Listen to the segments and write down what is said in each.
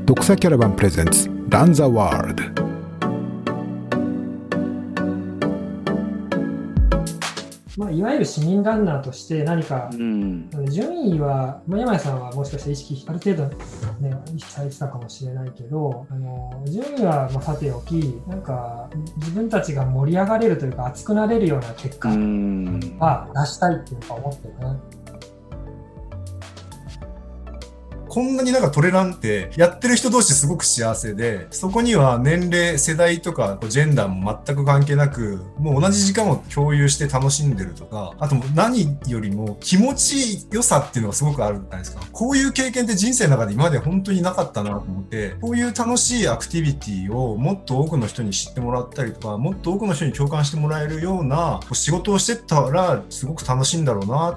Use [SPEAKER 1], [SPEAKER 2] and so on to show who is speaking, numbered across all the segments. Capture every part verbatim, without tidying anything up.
[SPEAKER 1] 読者キャラバンプレゼンツランザワールド。
[SPEAKER 2] まあ、いわゆる市民ランナーとして何か、うん、順位は、まあ、山谷さんはもしかして意識ある程度、ね、意識されてたかもしれないけど、あの順位はまあさておき、なんか自分たちが盛り上がれるというか熱くなれるような結果は出したいっていうか思ってね。
[SPEAKER 3] こんなになんかトレランってやってる人同士すごく幸せで、そこには年齢、世代とかジェンダーも全く関係なく、もう同じ時間を共有して楽しんでるとか、あと何よりも気持ち良さっていうのがすごくあるじゃないですか。こういう経験って人生の中で今まで本当になかったなと思って、こういう楽しいアクティビティをもっと多くの人に知ってもらったりとか、もっと多くの人に共感してもらえるような仕事をしてったらすごく楽しいんだろうな。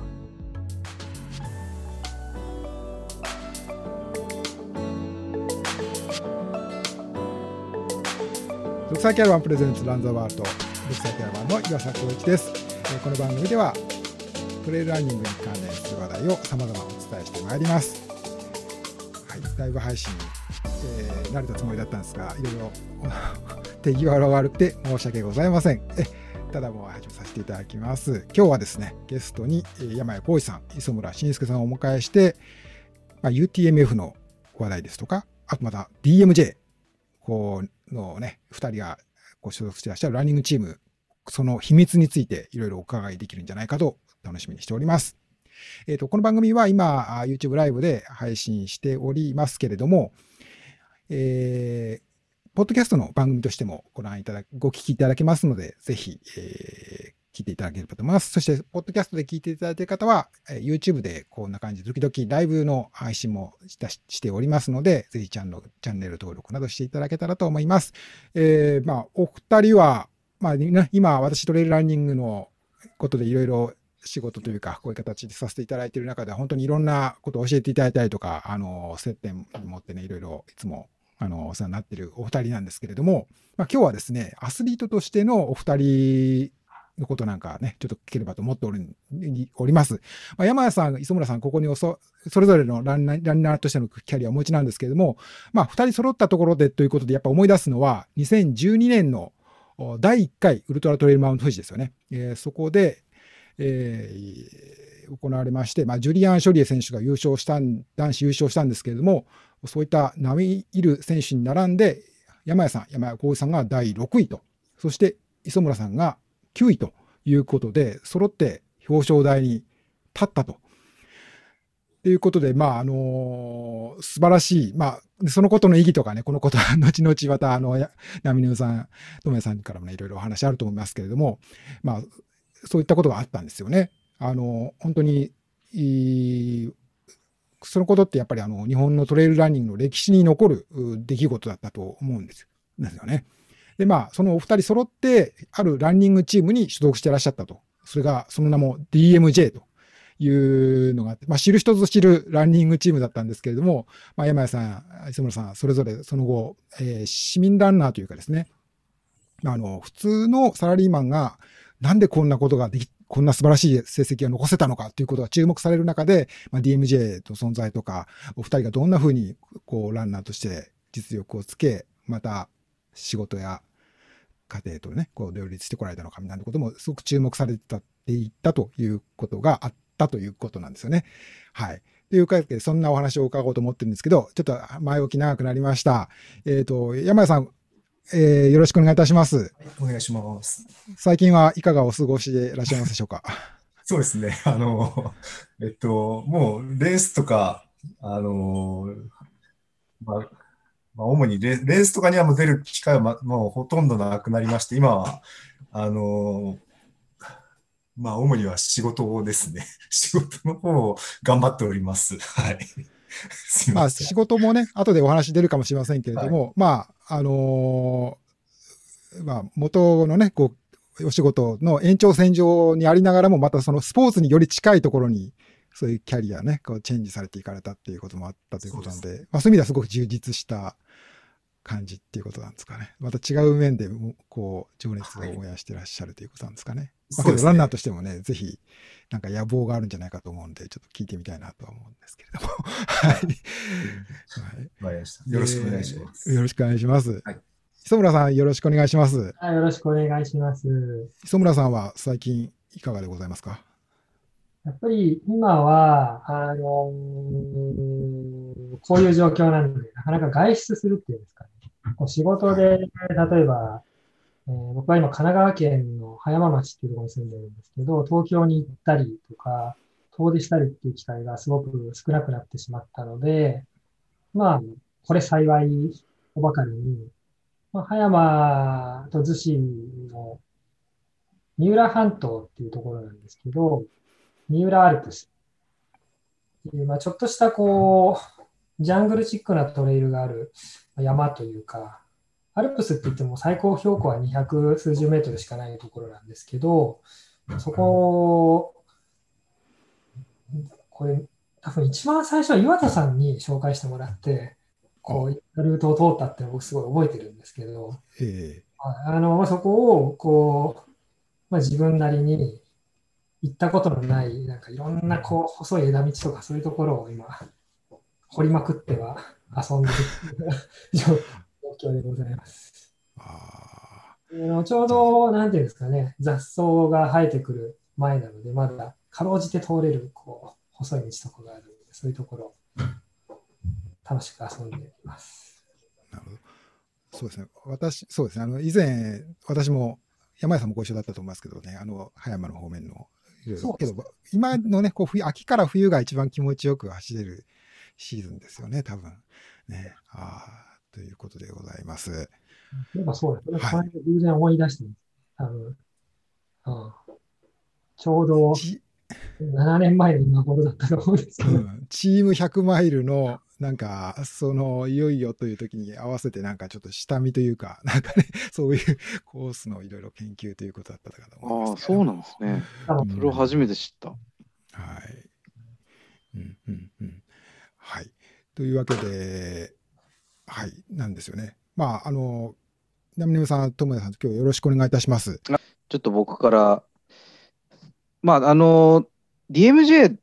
[SPEAKER 1] 読者キャラバンプレゼンツランザワールド、読者キャラバンの岩佐光一です。この番組ではトレイルランニングに関連する話題を様々お伝えしてまいります。はい、ライブ配信、えー、慣れたつもりだったんですが、いろいろ手際が悪くて申し訳ございません。えただもう始めさせていただきます。今日はですね、ゲストに山谷浩一さん、磯村慎介さんをお迎えして、まあ、ユーティーエムエフ の話題ですとか、あとまた ディーエムジェー こうのね、二人がご所属していらっしゃるランニングチーム、その秘密についていろいろお伺いできるんじゃないかと楽しみにしております。えっと、この番組は今、YouTube ライブで配信しておりますけれども、えー、ポッドキャストの番組としてもご覧いただ、ご聞きいただけますので、ぜひ、えー聞いていただければと思います。そして、ポッドキャストで聞いていただいている方は、YouTube でこんな感じで時々ライブの配信もしておりますので、ぜひチャンネル、チャンネル登録などしていただけたらと思います。えー、まあ、お二人は、まあ、ね、今、私トレイルランニングのことでいろいろ仕事というか、こういう形でさせていただいている中では、本当にいろんなことを教えていただいたりとか、あの、接点を持ってね、いろいろいつも、あの、お世話になっているお二人なんですけれども、まあ、今日はですね、アスリートとしてのお二人、のことなんかね、ちょっと聞ければと思っており、おります。まあ、山谷さん、磯村さん、ここにおそ、それぞれのランナー、ランナーとしてのキャリアをお持ちなんですけれども、まあ、二人揃ったところでということで、やっぱ思い出すのは、にせんじゅうにねんのだいいっかいウルトラトレイルマウント富士ですよね。えー、そこで、えー、行われまして、まあ、ジュリアン・ショリエ選手が優勝したん、男子優勝したんですけれども、そういった並みいる選手に並んで、山谷さん、山谷浩一さんがだいろくいと、そして磯村さんがきゅういということで、揃って表彰台に立ったと。ということで、まあ、あのー、素晴らしい、まあ、そのことの意義とかね、このことは後々また、あの、波野さん、ともやさんからもね、いろいろお話あると思いますけれども、まあ、そういったことがあったんですよね。あの、本当に、そのことってやっぱりあの、日本のトレイルランニングの歴史に残る出来事だったと思うんですよね。で、まあ、そのお二人揃って、あるランニングチームに所属していらっしゃったと。それが、その名も ディーエムジェー というのがあって、まあ、知る人ぞ知るランニングチームだったんですけれども、まあ、山谷さん、磯村さん、それぞれその後、えー、市民ランナーというかですね、あの、普通のサラリーマンが、なんでこんなことができ、こんな素晴らしい成績を残せたのかということが注目される中で、まあ、ディーエムジェー の存在とか、お二人がどんな風に、こう、ランナーとして実力をつけ、また、仕事や家庭とね、こう両立してこられたのかみたいなこともすごく注目されてたっていったということがあったということなんですよね。はい。というか、そんなお話を伺おうと思ってるんですけど、ちょっと前置き長くなりました。えっと、山谷さん、えー、よろしくお願いいたします。
[SPEAKER 3] お願いします。
[SPEAKER 1] 最近はいかがお過ごしでいらっしゃいますでしょうか？
[SPEAKER 3] そうですね。あの、えっと、もうレースとか、あの、まあまあ、主にレ、レースとかにはもう出る機会は、ま、もうほとんどなくなりまして、今は、あのー、まあ、主には仕事ですね。仕事の方を頑張っております。はい。すみ
[SPEAKER 1] まあ、
[SPEAKER 3] ません。
[SPEAKER 1] 仕事もね、後でお話出るかもしれませんけれども、はい、まあ、あのー、まあ、元のね、こう、お仕事の延長線上にありながらも、またそのスポーツにより近いところに、そういうキャリアね、こうチェンジされていかれたっていうこともあったということなんで、そうですね。まあ、そういう意味ではすごく充実した感じっていうことなんですかね。また違う面でもこう情熱を燃やしてらっしゃるということなんですかね。 まあ、けどランナーとしてもね、ぜひ、なんか野望があるんじゃないかと思うんで、ちょっと聞いてみたいなとは思うんですけれども。はい。わか
[SPEAKER 3] りました。よろしくお願いします。
[SPEAKER 1] よろしくお願いします。
[SPEAKER 3] はい。
[SPEAKER 1] 磯村さん、よろしくお願いします。
[SPEAKER 2] はい、よろしくお願いします。
[SPEAKER 1] 磯村さんは最近いかがでございますか？
[SPEAKER 2] やっぱり今は、あのーこういう状況なので、なかなか外出するっていうんですかね。こう仕事で、例えば、えー僕は今神奈川県の葉山町っていうところに住んでるんですけど、東京に行ったりとか、遠出したりっていう機会がすごく少なくなってしまったので、まあ、これ幸いおばかりに、まあ、葉山と逗子の三浦半島っていうところなんですけど、三浦アルプスっていう、まあ、ちょっとしたこう、ジャングルチックなトレイルがある山というか、アルプスって言っても最高標高はにひゃく数十メートルしかないところなんですけど、そこ、これ、多分一番最初は岩田さんに紹介してもらって、こう、ルートを通ったって僕すごい覚えてるんですけど、
[SPEAKER 1] え
[SPEAKER 2] あの、そこを、こう、まあ、自分なりに行ったことのない、なんかいろんなこう、細い枝道とかそういうところを今、掘りまくっては遊んでる状況でございます。あのちょうど、なんていうんですかね、雑草が生えてくる前なので、まだかろうじて通れる、こう、細い道とかがあるので、そういうところ、楽しく遊んでいます。
[SPEAKER 1] なるほど。そうですね。私、そうですね。あの、以前、私も、山谷さんもご一緒だったと思いますけどね、あの、葉山の方面の、いろいろ。けど、今のね、こう、冬、秋から冬が一番気持ちよく走れるシーズンですよね、多分。ね。ああ、ということでございます。
[SPEAKER 2] やっぱそうですね。はい、偶然思い出してます。多分。ああちょうどななねんまえの今頃だったと思うんですけど、うん、
[SPEAKER 1] チームひゃくマイルのなんかそのいよいよという時に合わせてなんかちょっと下見というかなんかねそういうコースのいろいろ研究ということだったかと思います、
[SPEAKER 4] ね。ああそうなんですね。うん、それを初めて知った。
[SPEAKER 1] はい。うんうんうん。はい。というわけではいなんですよね。まああのナミネムさん、友也さん、今日よろしくお願いいたします。
[SPEAKER 4] ちょっと僕から、まあ、あの、ディーエムジェー って、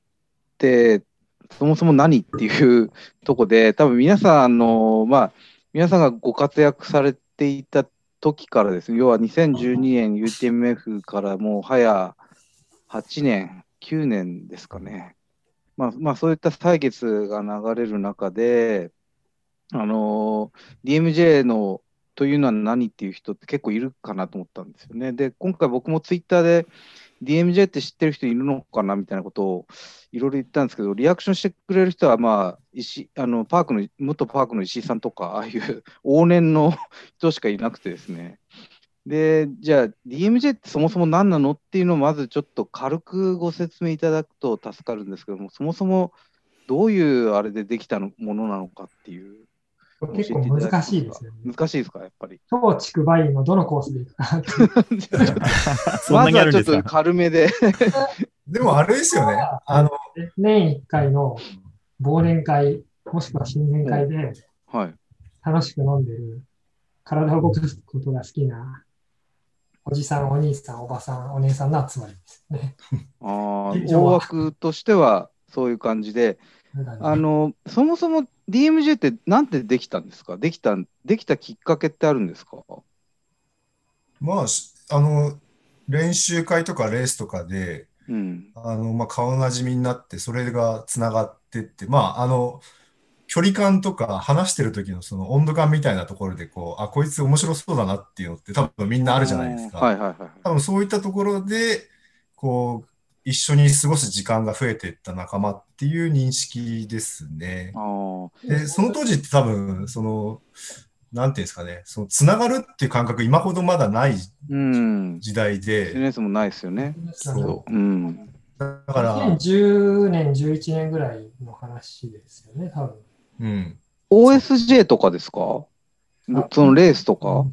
[SPEAKER 4] そもそも何っていうとこで、多分皆さん、あの、まあ、皆さんがご活躍されていた時からですね、要はにせんじゅうにねん ユーティーエムエフ からもう早はちねん、きゅうねんですかね。まあ、まあ、そういった歳月が流れる中で、あの、ディーエムジェー のというのは何っていう人って結構いるかなと思ったんですよね。で、今回僕もツイッターで ディーエムジェー って知ってる人いるのかなみたいなことをいろいろ言ったんですけど、リアクションしてくれる人は、まあ、石あのパークの元パークの石井さんとか、ああいう往年の人しかいなくてですね。で、じゃあ ディーエムジェー ってそもそも何なのっていうのをまずちょっと軽くご説明いただくと助かるんですけども、そもそもどういうあれでできたのものなのかっていう。
[SPEAKER 2] 結構難しいですよね。
[SPEAKER 4] 難しいですか、やっぱり。
[SPEAKER 2] 超筑波院のどのコースで行くか
[SPEAKER 4] まずはちょっと軽めで。
[SPEAKER 3] でもあれですよね。あの
[SPEAKER 2] 年いっかいの忘年会、もしくは新年会で楽しく飲んでる、体を動かすことが好きなおじさん、お兄さん、おばさん、お姉さんの集まりですね。
[SPEAKER 4] あ大枠としてはそういう感じで、あのそもそも ディーエムジェー ってなんでできたんですか？できた、できたきっかけってあるんですか？
[SPEAKER 3] まあ、あの、練習会とかレースとかで、
[SPEAKER 4] うん、
[SPEAKER 3] あの、まあ、顔なじみになって、それがつながってって、まあ、あの、距離感とか話してる時のその温度感みたいなところで、こう、あ、こいつ面白そうだなっていうのって多分みんなあるじゃないですか。
[SPEAKER 4] はいはいはい。
[SPEAKER 3] 多分そういったところで、こう、一緒に過ごす時間が増えていった仲間っていう認識ですね。で、その当時って多分、その、なんていうんですかね、そのつながるっていう感覚、今ほどまだない時代で。
[SPEAKER 4] エスエヌエス もないですよね。
[SPEAKER 3] そう。
[SPEAKER 4] うん。
[SPEAKER 3] だから。
[SPEAKER 2] にせんじゅうねん、じゅういちねんぐらいの話ですよね、多分。
[SPEAKER 3] うん。
[SPEAKER 4] オーエスジェー とかですか？そのレースとか？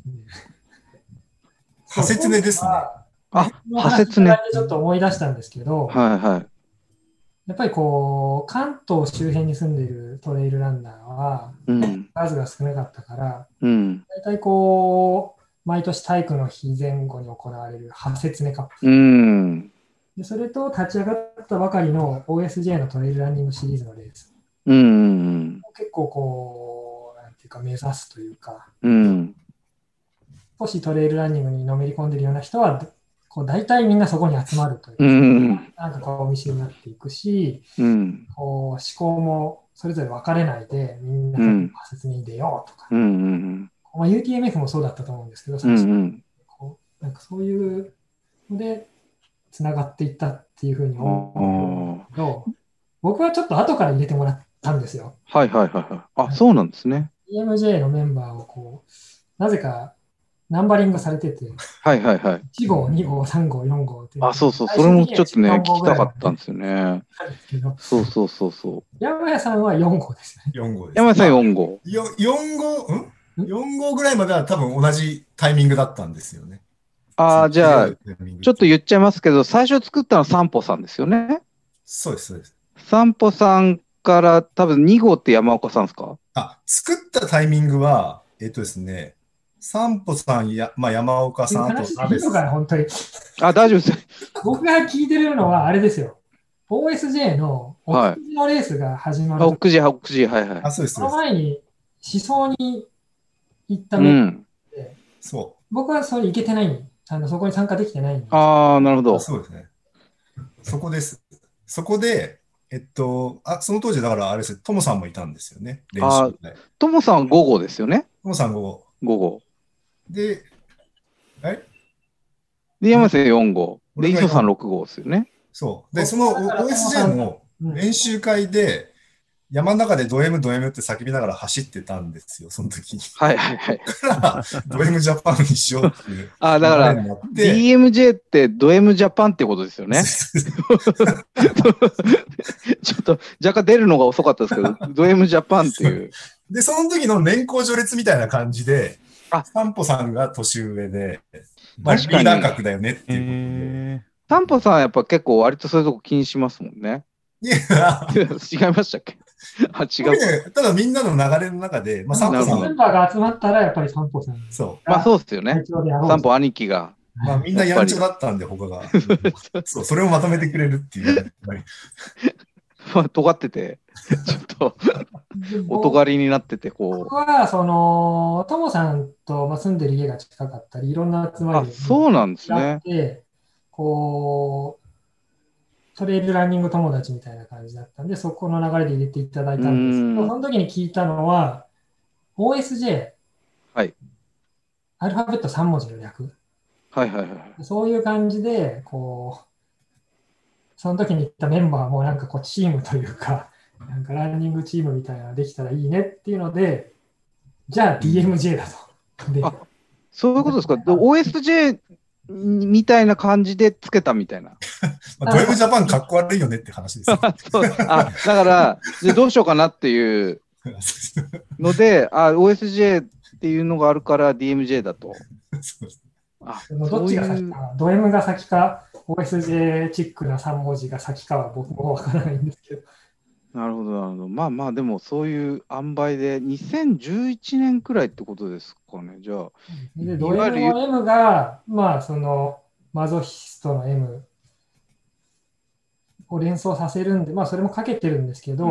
[SPEAKER 3] ハセツネですね。
[SPEAKER 4] あ、ハセツネ。
[SPEAKER 2] ちょっと思い出したんですけど、
[SPEAKER 4] はいはい。
[SPEAKER 2] やっぱりこう、関東周辺に住んでいるトレイルランナーは、うん、数が少なかったから、
[SPEAKER 4] うん、
[SPEAKER 2] 大体こう、 毎年体育の日前後に行われるハセツネカップ。
[SPEAKER 4] うん
[SPEAKER 2] でそれと立ち上がったばかりの オーエスジェー のトレイルランニングシリーズのレース。
[SPEAKER 4] うん
[SPEAKER 2] 結構こう、なんていうか目指すというか、
[SPEAKER 4] うん
[SPEAKER 2] 少しトレイルランニングにのめり込んでるような人は、こう大体みんなそこに集まるというか、
[SPEAKER 4] うん
[SPEAKER 2] なんか顔見知りになっていくし、
[SPEAKER 4] うん
[SPEAKER 2] こう思考もそれぞれ分かれないで、みんな
[SPEAKER 4] うん
[SPEAKER 2] 仮説に出ようとか、
[SPEAKER 4] うんうん
[SPEAKER 2] まあ、ユーティーエムエフ もそうだったと思うんですけど、
[SPEAKER 4] う
[SPEAKER 2] 最初、
[SPEAKER 4] ん
[SPEAKER 2] こうなんかそういうのでつながっていったっていうふうに思うんですけど、僕はちょっと後から入れてもらったんですよ。
[SPEAKER 4] はいはいはいはい。あ、そうなんですね。
[SPEAKER 2] ディーエムジェー のメンバーをこう、なぜかナンバリングされてて、
[SPEAKER 4] はいはいはい。
[SPEAKER 2] いち号、に号、さん号、よん号って。
[SPEAKER 4] あ、そうそう、それもちょっとね、聞きたかったんですよね。そうそうそうそう。
[SPEAKER 2] 山谷さんはよん号ですね。
[SPEAKER 3] よん号です。
[SPEAKER 4] 山谷さんよん号。
[SPEAKER 3] よん号、ん ?よん 号ぐらいまでは多分同じタイミングだったんですよね。
[SPEAKER 4] ああ、じゃあ、ちょっと言っちゃいますけど、最初作ったのは散歩さんですよね。
[SPEAKER 3] そうです、そうです。
[SPEAKER 4] 散歩さんから多分に号って山岡さんですか？
[SPEAKER 3] あ、作ったタイミングは、えっとですね、散歩さんや、まあ、山岡さん、あと
[SPEAKER 2] 話いいのかな、本当に。
[SPEAKER 4] あ、大丈夫です。
[SPEAKER 2] 僕が聞いてるのはあれですよ。オーエスジェー のおくじのレースが始まる。
[SPEAKER 4] おくじ、おくじ、はいはい。
[SPEAKER 3] あ、そうです。
[SPEAKER 2] その前に思想に行った
[SPEAKER 4] メン
[SPEAKER 2] バーで、
[SPEAKER 3] そう。
[SPEAKER 2] 僕はそれ行けてないんあのそこに参加できてないんです。
[SPEAKER 4] ああ、なるほど。
[SPEAKER 3] そうですね。そこです。そこで、えっと、あ、その当時だからあれですよ、トモさんもいたんですよね、練習で。
[SPEAKER 4] トモさんはご号ですよね。
[SPEAKER 3] トモさんご号。
[SPEAKER 4] ご号。
[SPEAKER 3] で、え
[SPEAKER 4] で、山瀬よん号。で、磯さんろく号ですよね。
[SPEAKER 3] そう。で、その オーエスジェー の練習会で、山の中でド M ド M って叫びながら走ってたんですよ、その時に。
[SPEAKER 4] はいはいはい。
[SPEAKER 3] からド M ジャパンにしようっていう。
[SPEAKER 4] あ、だから、ディーエムジェー ってド M ジャパンってことですよね。ちょっと若干出るのが遅かったですけど、ド M ジャパンっていう。
[SPEAKER 3] で、その時の年功序列みたいな感じで、
[SPEAKER 4] あ、
[SPEAKER 3] 散歩さんが年上で、まあ、リーダー格だよねっていうことで。
[SPEAKER 4] 散歩さんはやっぱ結構割とそういうとこ気にしますもんね。
[SPEAKER 3] いや、
[SPEAKER 4] 違いましたっけ？あ、違う。
[SPEAKER 3] ただみんなの流れの中で、まあ、散歩さん。
[SPEAKER 2] メンバーが集まったらやっぱり散歩さん。
[SPEAKER 3] そう。
[SPEAKER 4] まあそうですよね。散歩兄貴が。
[SPEAKER 3] まあみんなやんちゃだったんで、他が。そう、それをまとめてくれるっていう。
[SPEAKER 4] まあ、尖ってて、ちょっと、お尖りになってて、こう。
[SPEAKER 2] 僕は、その、トモさんと住んでる家が近かったり、いろんな集まり
[SPEAKER 4] で。あ、そうなんですね。
[SPEAKER 2] こう、トレイルランニング友達みたいな感じだったんで、そこの流れで入れていただいたんですけど、その時に聞いたのは、オーエスジェー、
[SPEAKER 4] はい、
[SPEAKER 2] アルファベットさん文字の略。
[SPEAKER 4] はいはいはい。
[SPEAKER 2] そういう感じで、こう、その時に言ったメンバーもなんかこうチームというか、なんかランニングチームみたいなのできたらいいねっていうので、じゃあ ディーエムジェー だと。で
[SPEAKER 4] あ、そういうことですか。オーエスジェー みたいな感じでつけたみたいな。
[SPEAKER 3] まあ、ド M ジャパンかっこ悪いよねって話ですよ。
[SPEAKER 4] そうあだからで、どうしようかなっていうので、あ オーエスジェー っていうのがあるから ディーエムジェー だと。
[SPEAKER 2] あどっちが先か、ド M が先か、オーエスジェー チックなさん文字が先かは僕もわからないんですけど。
[SPEAKER 4] なるほど、なるほど。まあまあ、でもそういう塩梅で、にせんじゅういちねんくらいってことですかね、じゃあ。
[SPEAKER 2] で、ド M の M が、まあ、その、マゾヒストの M を連想させるんで、まあ、それもかけてるんですけど、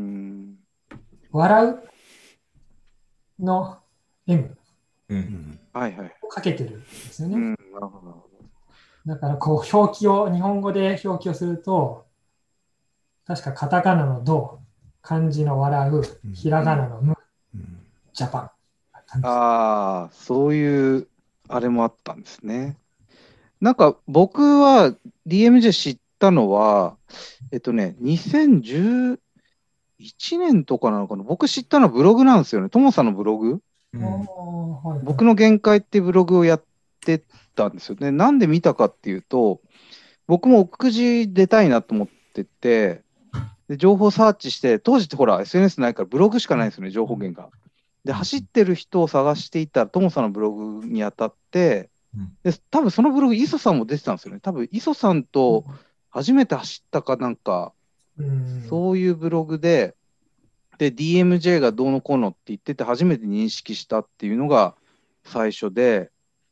[SPEAKER 2] 笑うの M をかけてるんですよね。
[SPEAKER 4] うん、なるほど。
[SPEAKER 2] だから、こう、表記を、日本語で表記をすると、確かカタカナのド、漢字の笑う、ひらがなのム、うん、ジャパン。
[SPEAKER 4] ああ、そういうあれもあったんですね。なんか僕は ディーエムジェー 知ったのは、えっとね、にせんじゅういちねんとかなのかな。僕知ったのはブログなんですよね。トモさんのブログ。うんはいはい、僕の限界っていうブログをやってたんですよね。なんで見たかっていうと、僕も奥久慈出たいなと思ってて、で情報サーチして、当時ってほら エスエヌエス ないからブログしかないんですよね、情報源が。で、走ってる人を探していたら、トモさんのブログに当たって、で多分そのブログ、磯さんも出てたんですよね。多分磯さんと初めて走ったかなんか、うん、そういうブログで、で、ディーエムジェー がどうのこうのって言ってて、初めて認識したっていうのが最初で、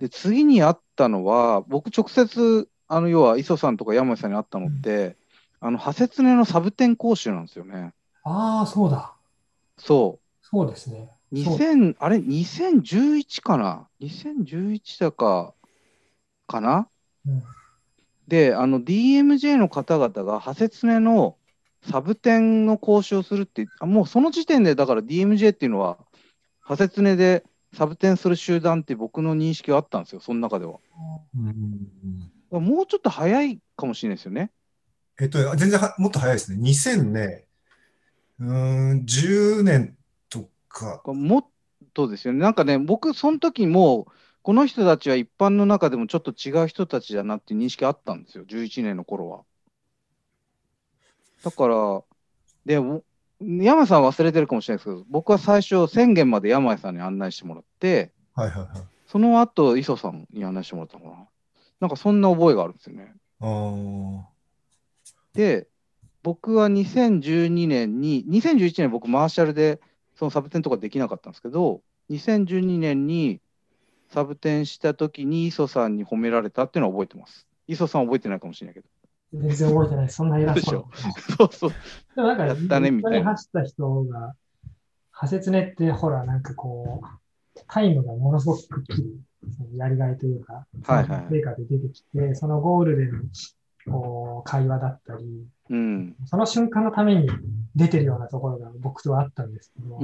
[SPEAKER 4] で、次に会ったのは、僕直接、あの、要は磯さんとか山井さんに会ったのって、うん、あの、ハセツネのサブテン講習なんですよね。
[SPEAKER 2] ああ、そうだ。
[SPEAKER 4] そう。
[SPEAKER 2] そうですね。
[SPEAKER 4] にせん、あれ、にせんじゅういちかな ?にせんじゅういち だか、かな、うん、で、あの、ディーエムジェー の方々が、ハセツネのサブテンの講習をするって、もうその時点で、だから ディーエムジェー っていうのは、ハセツネでサブテンする集団って僕の認識があったんですよ、その中では。うん、もうちょっと早いかもしれないですよね。
[SPEAKER 3] えっと、全然はもっと早いですね。にせんね、うーん、じゅうねんとか。
[SPEAKER 4] もっとですよね。なんかね、僕、その時も、この人たちは一般の中でもちょっと違う人たちだなっていう認識あったんですよ、じゅういちねんの頃は。だから、で、山井さんは忘れてるかもしれないですけど、僕は最初、宣言まで山井さんに案内してもらって、
[SPEAKER 3] はいはいはい、
[SPEAKER 4] その後、磯さんに案内してもらったのかな。なんかそんな覚えがあるんですよね。
[SPEAKER 3] あ
[SPEAKER 4] で、僕はにせんじゅうにねんに、にせんじゅういちねん僕マーシャルでそのサブテンとかできなかったんですけど、にせんじゅうにねんにサブテンした時に磯さんに褒められたっていうのは覚えてます。磯さん覚えてないかもしれないけど。
[SPEAKER 2] 全然覚えてない。そんな偉そう。
[SPEAKER 4] そうそう。
[SPEAKER 2] でもなんか、
[SPEAKER 4] やったねみたいな。
[SPEAKER 2] 走った人が、ハセツネってほら、なんかこう、タイムがものすごくくっきり、そのやりがいというか、
[SPEAKER 4] はいはい、
[SPEAKER 2] 成果で出てきて、そのゴールでのこう会話だったり、
[SPEAKER 4] うん、
[SPEAKER 2] その瞬間のために出てるようなところが僕とはあったんですけど、
[SPEAKER 4] うん、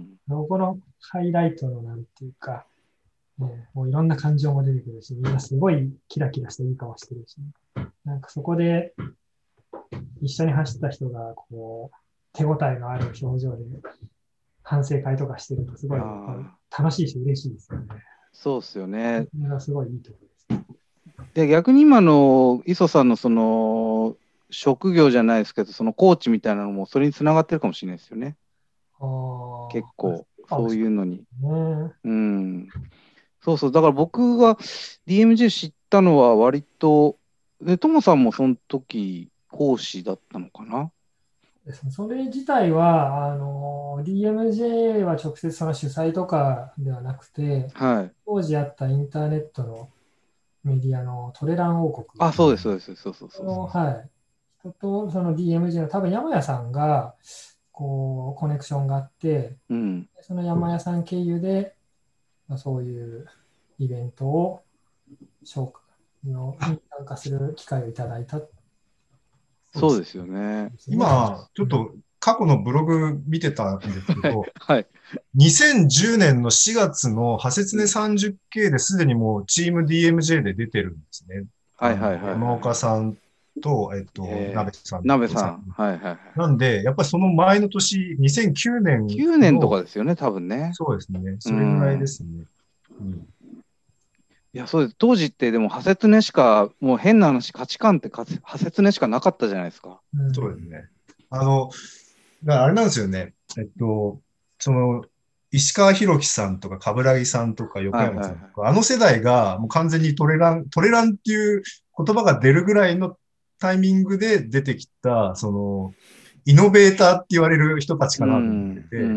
[SPEAKER 2] そこのハイライトのなんていうか、ね、もういろんな感情も出てくるし、みんなすごいキラキラしたいい顔してるし、なんかそこで一緒に走った人がこう手応えのある表情で反省会とかしてるとすごい楽しいし嬉しいですよね。
[SPEAKER 4] そうですよね。
[SPEAKER 2] それがすごいいいところです。
[SPEAKER 4] で、逆に今の磯さんのその職業じゃないですけど、そのコーチみたいなのもそれにつながってるかもしれないですよね。
[SPEAKER 2] あ
[SPEAKER 4] 結構そういうのに、
[SPEAKER 2] ね。
[SPEAKER 4] うん。そうそう、だから僕が ディーエムジェー 知ったのは割と、で、トモさんもその時講師だったのかな。
[SPEAKER 2] それ自体はあの ディーエムジェー は直接その主催とかではなくて、
[SPEAKER 4] はい、
[SPEAKER 2] 当時あったインターネットのメディアのトレラン王国。
[SPEAKER 4] あ、そうです、そうです、そうそうそう
[SPEAKER 2] そう。はい。人とその ディーエムジェー の多分山谷さんがこうコネクションがあって、
[SPEAKER 4] うん、
[SPEAKER 2] その山谷さん経由で、まあ、そういうイベントを紹介のに参加する機会をいただいた。
[SPEAKER 4] そうですよね。
[SPEAKER 3] 今、ちょっと過去のブログ見てたんですけど、
[SPEAKER 4] はい、
[SPEAKER 3] にせんじゅうねんのしがつのハセツネ さんじゅっケー ですでにもうチーム ディーエムジェー で出てるんですね。
[SPEAKER 4] はいはいはい、はい。
[SPEAKER 3] 山岡さんと、えっと、
[SPEAKER 4] えー、
[SPEAKER 3] 鍋さん。
[SPEAKER 4] 鍋さん。はいはいはい。
[SPEAKER 3] なんで、やっぱりその前の年、にせんきゅうねん。
[SPEAKER 4] きゅうねんとかですよね、多分ね。
[SPEAKER 3] そうですね。それぐらいですね。うん、うん、
[SPEAKER 4] いや、そうです。当時って、でも、ハセツネしか、もう変な話、価値観ってハセツネしかなかったじゃないですか。
[SPEAKER 3] うん、そうですね。あの、だからあれなんですよね。えっと、その、石川博樹さんとか、冠城さんとか、横山さんとか、はいはいはい、あの世代がもう完全にトレラン、トレランっていう言葉が出るぐらいのタイミングで出てきた、その、イノベーターって言われる人たちかなと思ってて、うんうんうん、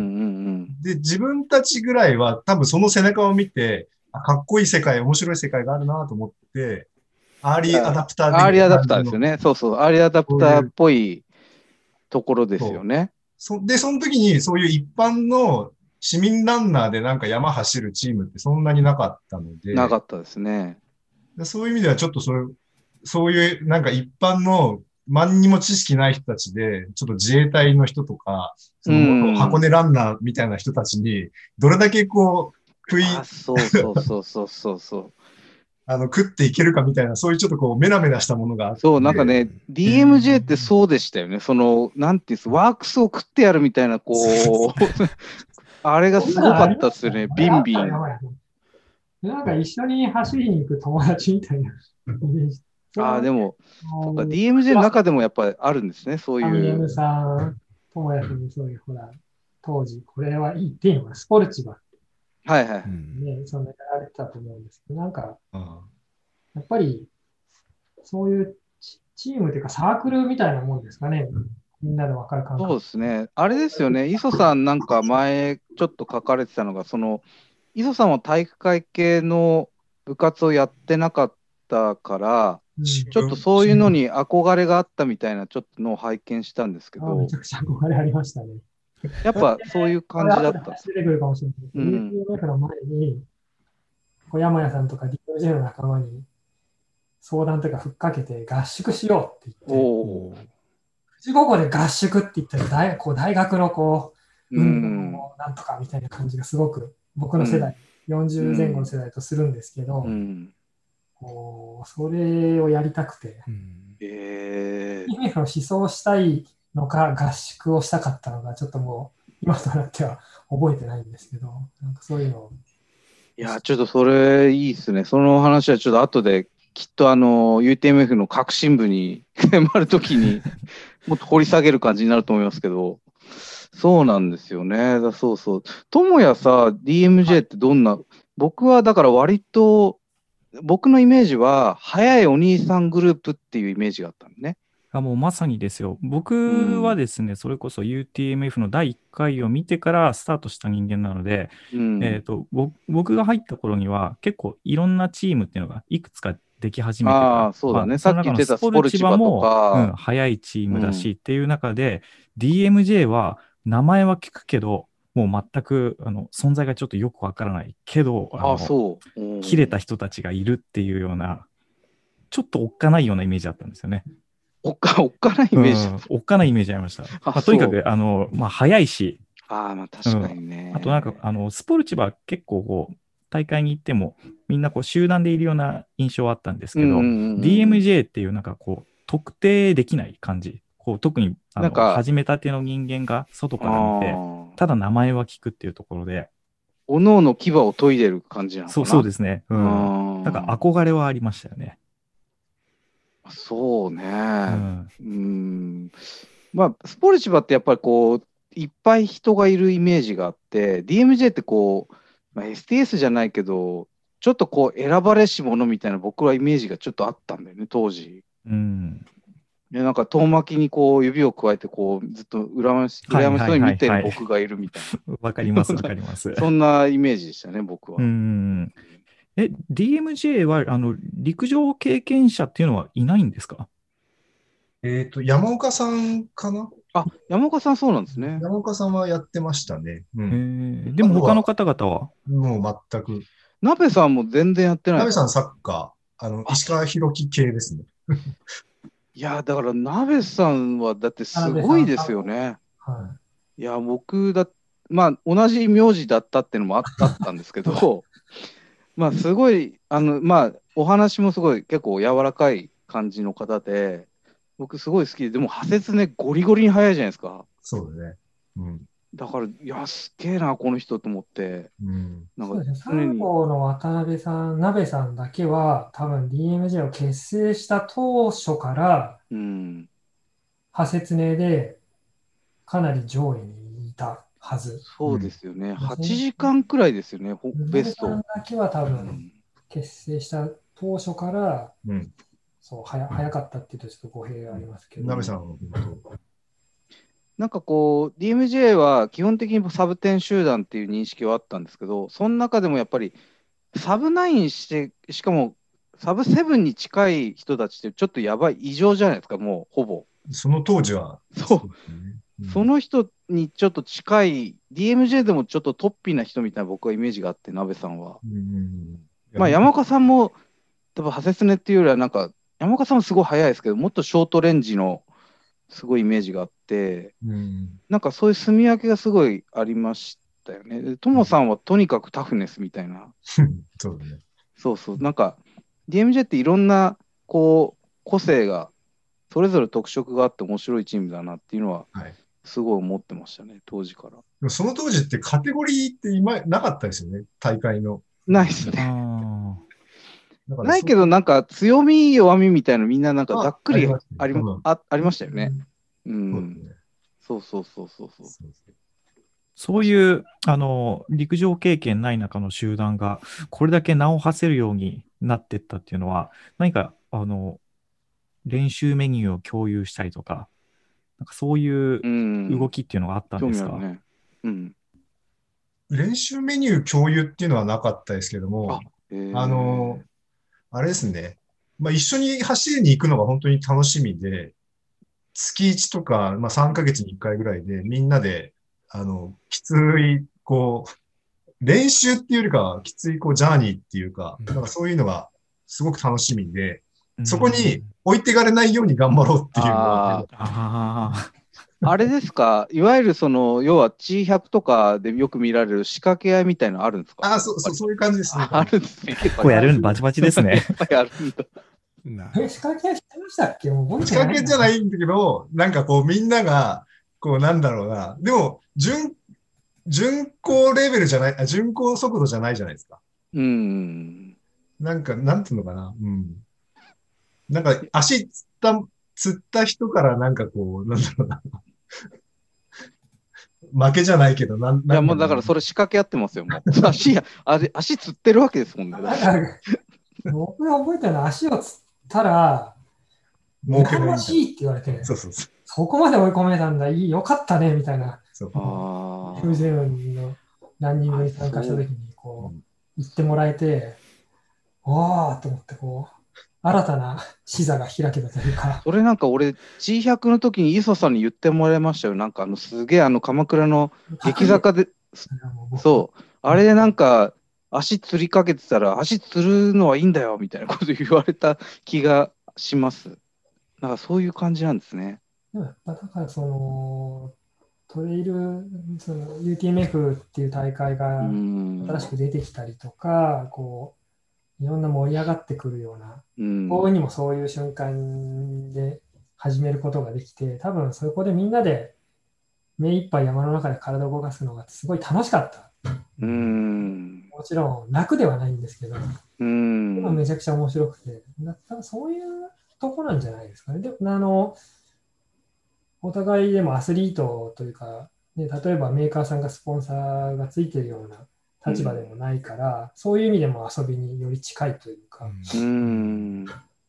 [SPEAKER 3] で、自分たちぐらいは多分その背中を見て、あ、かっこいい世界、面白い世界があるなと思って、アーリーアダプター
[SPEAKER 4] アーリーアダプターですよね。そうそう、アーリーアダプターっぽいところですよね。
[SPEAKER 3] そで、その時にそういう一般の市民ランナーでなんか山走るチームってそんなになかったので。
[SPEAKER 4] なかったですね。
[SPEAKER 3] そういう意味ではちょっとそういう、そういうなんか一般の何にも知識ない人たちで、ちょっと自衛隊の人とか、その箱根ランナーみたいな人たちに、どれだけこう、食い、
[SPEAKER 4] あ、そうそうそうそうそうそう。
[SPEAKER 3] あの、食っていけるかみたいな、そういうちょっとこう、メラメラしたものがあって。
[SPEAKER 4] そう、なんかね、ディーエムジェー ってそうでしたよね。その、なんていうんですか、ワークスを食ってやるみたいな、こう、あれがすごかったっすよね、ビンビン。
[SPEAKER 2] なんか一緒に走りに行く友達みたいな。
[SPEAKER 4] ああ、でも、そっか、ディーエムジェー の中でもやっぱりあるんですね、そういう。
[SPEAKER 2] ディーエムさん、友也さんにそういう、ほら、当時、これはいいっていうのが、スポルチバ。
[SPEAKER 4] はいはい。
[SPEAKER 2] ね、そんなやられてたと思うんですけど、なんか、やっぱり、そういうチームというかサークルみたいなもんですかね。みんなで分かる感覚。
[SPEAKER 4] そうですね。あれですよね。磯さんなんか前ちょっと書かれてたのが、その、磯さんは体育会系の部活をやってなかったから、
[SPEAKER 2] うん、
[SPEAKER 4] ちょっとそういうのに憧れがあったみたいなちょっとのを拝見したんですけど、
[SPEAKER 2] めちゃくちゃ憧れありましたね。
[SPEAKER 4] やっぱそういう感じだったんです
[SPEAKER 2] 出てくるかもしれないけど、うん、ユーティーエムエフ の前に、小山屋さんとか ディーエムジェー の仲間に相談というか、ふっかけて合宿しようって言って、富士五湖で合宿って言ったら大、こう大学のこう、運動のなんとかみたいな感じがすごく、僕の世代、うん、よんじゅうぜん後の世代とするんですけど、うん、こうそれをやりたくて、うん、えー、の思想をしたいのか、合宿をしたかったのか、ちょっともう、今となっては覚えてないんですけど、なんかそういうのを。
[SPEAKER 4] いや、ちょっとそれいいですね。その話はちょっと後で、きっとあの ユーティーエムエフ の革新部に迫るときにもっと掘り下げる感じになると思いますけど、そうなんですよね。だそうそう。ともやさ、ディーエムジェー ってどんな、はい、僕はだから割と、僕のイメージは、早いお兄さんグループっていうイメージがあったのね。
[SPEAKER 5] あ、もうまさにですよ。僕はですね、うん、それこそ ユーティーエムエフ のだいいっかいを見てからスタートした人間なので、うん、えーと、僕が入った頃には結構いろんなチームっていうのがいくつかでき始めてた。
[SPEAKER 4] ああ、そうだね。さっき言ってたスポルチバも、
[SPEAKER 5] うん、早いチームだしっていう中で、うん、ディーエムジェー は名前は聞くけど、もう全くあの存在がちょっとよくわからないけど、あの
[SPEAKER 4] あそう、うん、
[SPEAKER 5] 切れた人たちがいるっていうような、ちょっとおっかないようなイメージだったんですよね。
[SPEAKER 4] おっか、おっかないイメージ、うん、
[SPEAKER 5] おっかないイメージありました。まあ、とにかく、あの、まあ、早いし。
[SPEAKER 4] ああ、まあ確かにね。
[SPEAKER 5] うん、あとなんか、あの、スポルチバ結構こう、大会に行っても、みんなこう集団でいるような印象はあったんですけど、ディーエムジェー っていうなんかこう、特定できない感じ。こう特にあの始めたての人間が外から見て、ただ名前は聞くっていうところで。
[SPEAKER 4] おのおの牙を研いでる感じなのかな。
[SPEAKER 5] そうそうですね。うん。なんか憧れはありましたよね。
[SPEAKER 4] そうね。うん。うんまあ、スポルチバってやっぱりこう、いっぱい人がいるイメージがあって、ディーエムジェー ってこう、まあ、エスティーエス じゃないけど、ちょっとこう、選ばれし者みたいな僕はイメージがちょっとあったんだよね、当時。うん。でなんか遠巻きにこう指を加えてこうずっと羨まし羨ましそうに見てる僕がいるみたいな。
[SPEAKER 5] わかりますわかります。
[SPEAKER 4] そんなイメージでしたね、僕は。
[SPEAKER 5] うんえ、ディーエムジェー はあの陸上経験者っていうのはいないんですか？
[SPEAKER 3] えっと、山岡さんかな？
[SPEAKER 4] あ、山岡さんそうなんですね。
[SPEAKER 3] 山岡さんはやってましたね。
[SPEAKER 5] うん、でも他の方々は
[SPEAKER 3] もう全く。
[SPEAKER 4] 鍋さんも全然やってない。
[SPEAKER 3] 鍋さんサッカー、あの、石川博樹系ですね。
[SPEAKER 4] いや、だから鍋さんはだってすごいですよね。はい、いや、僕だ、まあ同じ名字だったっていうのもあったんですけど、まあすごい、あの、まあお話もすごい結構柔らかい感じの方で、僕すごい好きで、でも派切ねゴリゴリに速いじゃないですか。
[SPEAKER 3] そうだね。うん。
[SPEAKER 4] だから、いや、すげえな、この人と思って。うん。
[SPEAKER 2] なんか常に。さん号の渡辺さん、鍋さんだけは、多分 ディーエムジェー を結成した当初から、うん、派切ねでかなり上位にいたはず。
[SPEAKER 4] そうですよね。うん、はちじかんくらいですよね、ベスト。
[SPEAKER 2] 鍋さんだけは多分、結成した当初から、うん、そう早早かったっていうとちょっと語弊がありますけど。
[SPEAKER 3] 鍋さんは
[SPEAKER 4] なんかこう ディーエムジェー は基本的にサブテン集団っていう認識はあったんですけど、その中でもやっぱりサブナインして、しかもサブセブンに近い人たちってちょっとやばい、異常じゃないですか、もうほぼ。
[SPEAKER 3] その当時は。
[SPEAKER 4] そう。うん、その人にちょっと近い、ディーエムジェー でもちょっとトッピーな人みたいな僕はイメージがあって、鍋さんは。うんまあ山岡さんも、多分ハセスネっていうよりはなんか、山岡さんもすごい速いですけど、もっとショートレンジのすごいイメージがあって、うん、なんかそういう住み分けがすごいありましたよね。トモさんはとにかくタフネスみたいな。
[SPEAKER 3] そうだね。
[SPEAKER 4] そうそう。なんか ディーエムジェー っていろんなこう個性がそれぞれ特色があって面白いチームだなっていうのはすごい思ってましたね、当時から。
[SPEAKER 3] その当時ってカテゴリーって今なかったですよね、大会の。
[SPEAKER 4] ないですね。ないけど、なんか強み、弱みみたいなみんななんかざっくりありま、あ、ありましたよね。うん。そうそうそうそうそう。
[SPEAKER 5] そういうあの陸上経験ない中の集団がこれだけ名を馳せるようになっていったっていうのは、何かあの練習メニューを共有したりとか、なんかそういう動きっていうのがあったんですか？
[SPEAKER 3] ねうん、練習メニュー共有っていうのはなかったですけども、 あの、あれですね。まあ、一緒に走りに行くのが本当に楽しみで、月いちとか、まあ、さんかげつにいっかいぐらいで、みんなで、あの、きつい、こう、練習っていうよりかは、きつい、こう、ジャーニーっていうか、
[SPEAKER 1] うん
[SPEAKER 3] なんかそういうのがすごく楽しみで、
[SPEAKER 5] うん
[SPEAKER 3] そこに置いてかれないように頑張ろうっていうのは、
[SPEAKER 4] あ
[SPEAKER 5] あ
[SPEAKER 4] あれですか、いわゆるその、要は ジーひゃく とかでよく見られる仕掛け合いみたいなのあるんですか？
[SPEAKER 3] ああ、そう、そう、そういう感じですね。
[SPEAKER 4] ああるんですね。
[SPEAKER 5] あ、結構やるん、バチバチですね。
[SPEAKER 4] やっぱりあるんだ。
[SPEAKER 1] な
[SPEAKER 2] え、仕掛けしてましたっけ？もう覚え
[SPEAKER 3] 仕
[SPEAKER 2] てない。
[SPEAKER 3] 掛けじゃないいんだけど、なんかこう、みんなが、こう、なんだろうな。でも、順、巡航レベルじゃない、あ、巡航速度じゃないじゃないですか。
[SPEAKER 4] うん。
[SPEAKER 3] なんか、なんていうのかな。うん。なんか、足つった、つった人からなんかこう、なんだろうな。負けじゃないけど、なん、
[SPEAKER 4] いや、
[SPEAKER 3] なん
[SPEAKER 4] もうだからそれ仕掛け合ってますよ、もう。足、あれ足つってるわけですもんね。
[SPEAKER 2] なんか僕が覚えてるのは足をつったら、
[SPEAKER 3] 儲けのいい
[SPEAKER 2] 羨ましいって言われて、
[SPEAKER 3] そうそうそう。
[SPEAKER 2] そこまで追い込めたんだ、いい、よかったね、みたいな。
[SPEAKER 3] そう
[SPEAKER 4] あ
[SPEAKER 2] エムジェー のランニングに参加したときに、こう、言ってもらえて、おーと思って、こう、新たな視座が開けたというか。
[SPEAKER 4] それなんか俺 ジーひゃく の時に磯さんに言ってもらいましたよ。なんかあのすげえあの鎌倉の激坂で、そう、あれでなんか足つりかけてたら足つるのはいいんだよみたいなこと言われた気がします。なんかそういう感じなんですね。
[SPEAKER 2] でもやっぱだからその、トレイル、その ユーティーエムエフ っていう大会が新しく出てきたりとか、こう、いろんな盛り上がってくるような、幸運にもそういう瞬間で始めることができて、多分そこでみんなで目いっぱい山の中で体を動かすのがすごい楽しかった。
[SPEAKER 4] うん。
[SPEAKER 2] もちろん楽ではないんですけど、
[SPEAKER 4] うん。
[SPEAKER 2] めちゃくちゃ面白くて、だからそういうとこなんじゃないですかね。であのお互いでもアスリートというか、ね、例えばメーカーさんがスポンサーがついてるような立場でもないから、うん、そういう意味でも遊びにより近いというか。
[SPEAKER 4] うん。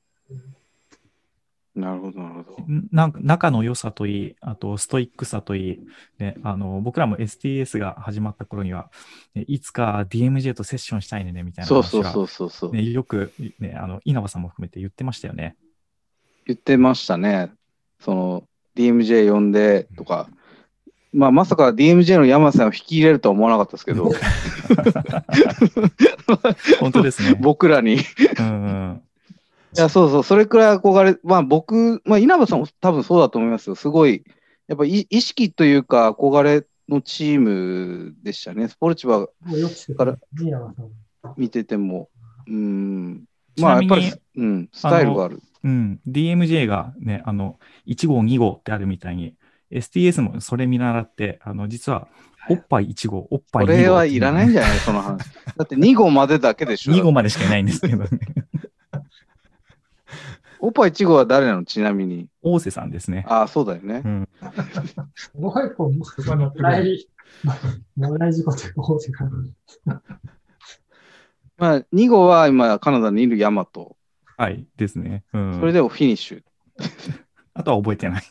[SPEAKER 4] なるほど、なるほど。
[SPEAKER 5] なんか仲の良さといい、あとストイックさといい、ね、あの僕らも エスティーエス が始まった頃には、ね、いつか ディーエムジェー とセッションしたいねみたいな話が、ね、よく、ね、あの稲葉さんも含めて言ってましたよね。
[SPEAKER 4] 言ってましたね。その ディーエムジェー 呼んでとか、まあ、まさか ディーエムジェー の山さんを引き入れるとは思わなかったですけど
[SPEAKER 5] 本当ですね。
[SPEAKER 4] 僕らに
[SPEAKER 5] うん、
[SPEAKER 4] いや、そうそう、それくらい憧れ、まあ僕、まあ稲葉さんも多分そうだと思いますよ。すごい、やっぱ意識というか憧れのチームでしたね。スポルチバから見てても。うん。まあやっぱり、うん、スタイルがある。
[SPEAKER 5] うん、ディーエムジェー がね、あの、いち号、に号ってあるみたいに、エスティーエス もそれ見習って、あの、実は、おっぱいいち号、おっぱいに号、ね。
[SPEAKER 4] それはいらないんじゃないその話。だってに号までだけでしょ。
[SPEAKER 5] に号までしかいないんですけどね。
[SPEAKER 4] おっぱいいち号は誰なのちなみに。
[SPEAKER 5] 大瀬さんですね。
[SPEAKER 4] ああ、そうだよね。
[SPEAKER 2] うん。もう一個、もらい、もらい事故という大瀬さん。
[SPEAKER 4] まあ、に号は今、カナダにいるヤマト。
[SPEAKER 5] はいですね。うん、
[SPEAKER 4] それでもフィニッシュ。
[SPEAKER 5] あとは覚えてない。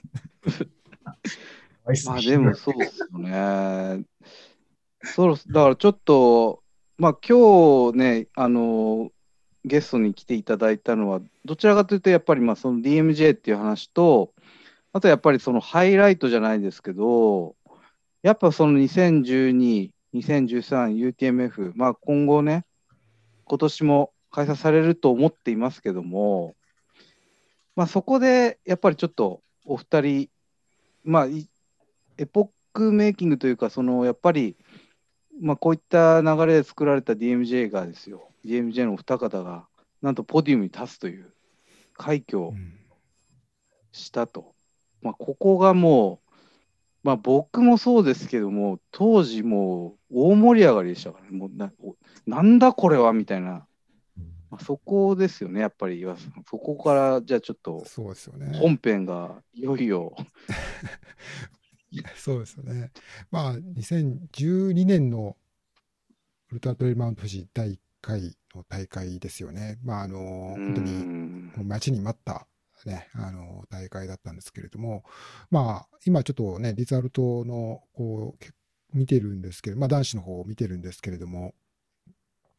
[SPEAKER 4] まあでもそうですよね。そうだからちょっと、まあ今日ね、あの、ゲストに来ていただいたのは、どちらかというと、やっぱりまあその ディーエムジェー っていう話と、あとやっぱりそのハイライトじゃないですけど、やっぱそのにせんじゅうに、にせんじゅうさん ユーティーエムエフ、まあ今後ね、今年も開催されると思っていますけども、まあそこでやっぱりちょっとお二人、まあエポックメイキングというか、そのやっぱり、まあこういった流れで作られた ディーエムジェー がですよ、ディーエムジェー のお二方が、なんとポディウムに立つという快挙をしたと。うん、まあここがもう、まあ僕もそうですけども、当時もう大盛り上がりでしたからね、もう な, なんだこれはみたいな。まあ、そこですよね、やっぱり岩瀬さん。そこからじゃあちょっと本編がいよいよ。
[SPEAKER 1] そうですよね。まあにせんじゅうにねんのウルトラトレイルマウント富士だいいっかいの大会ですよね。まああの本当に待ちに待ったねあの大会だったんですけれども、まあ今ちょっとねリザルトのこう見てるんですけど、まあ男子の方を見てるんですけれども。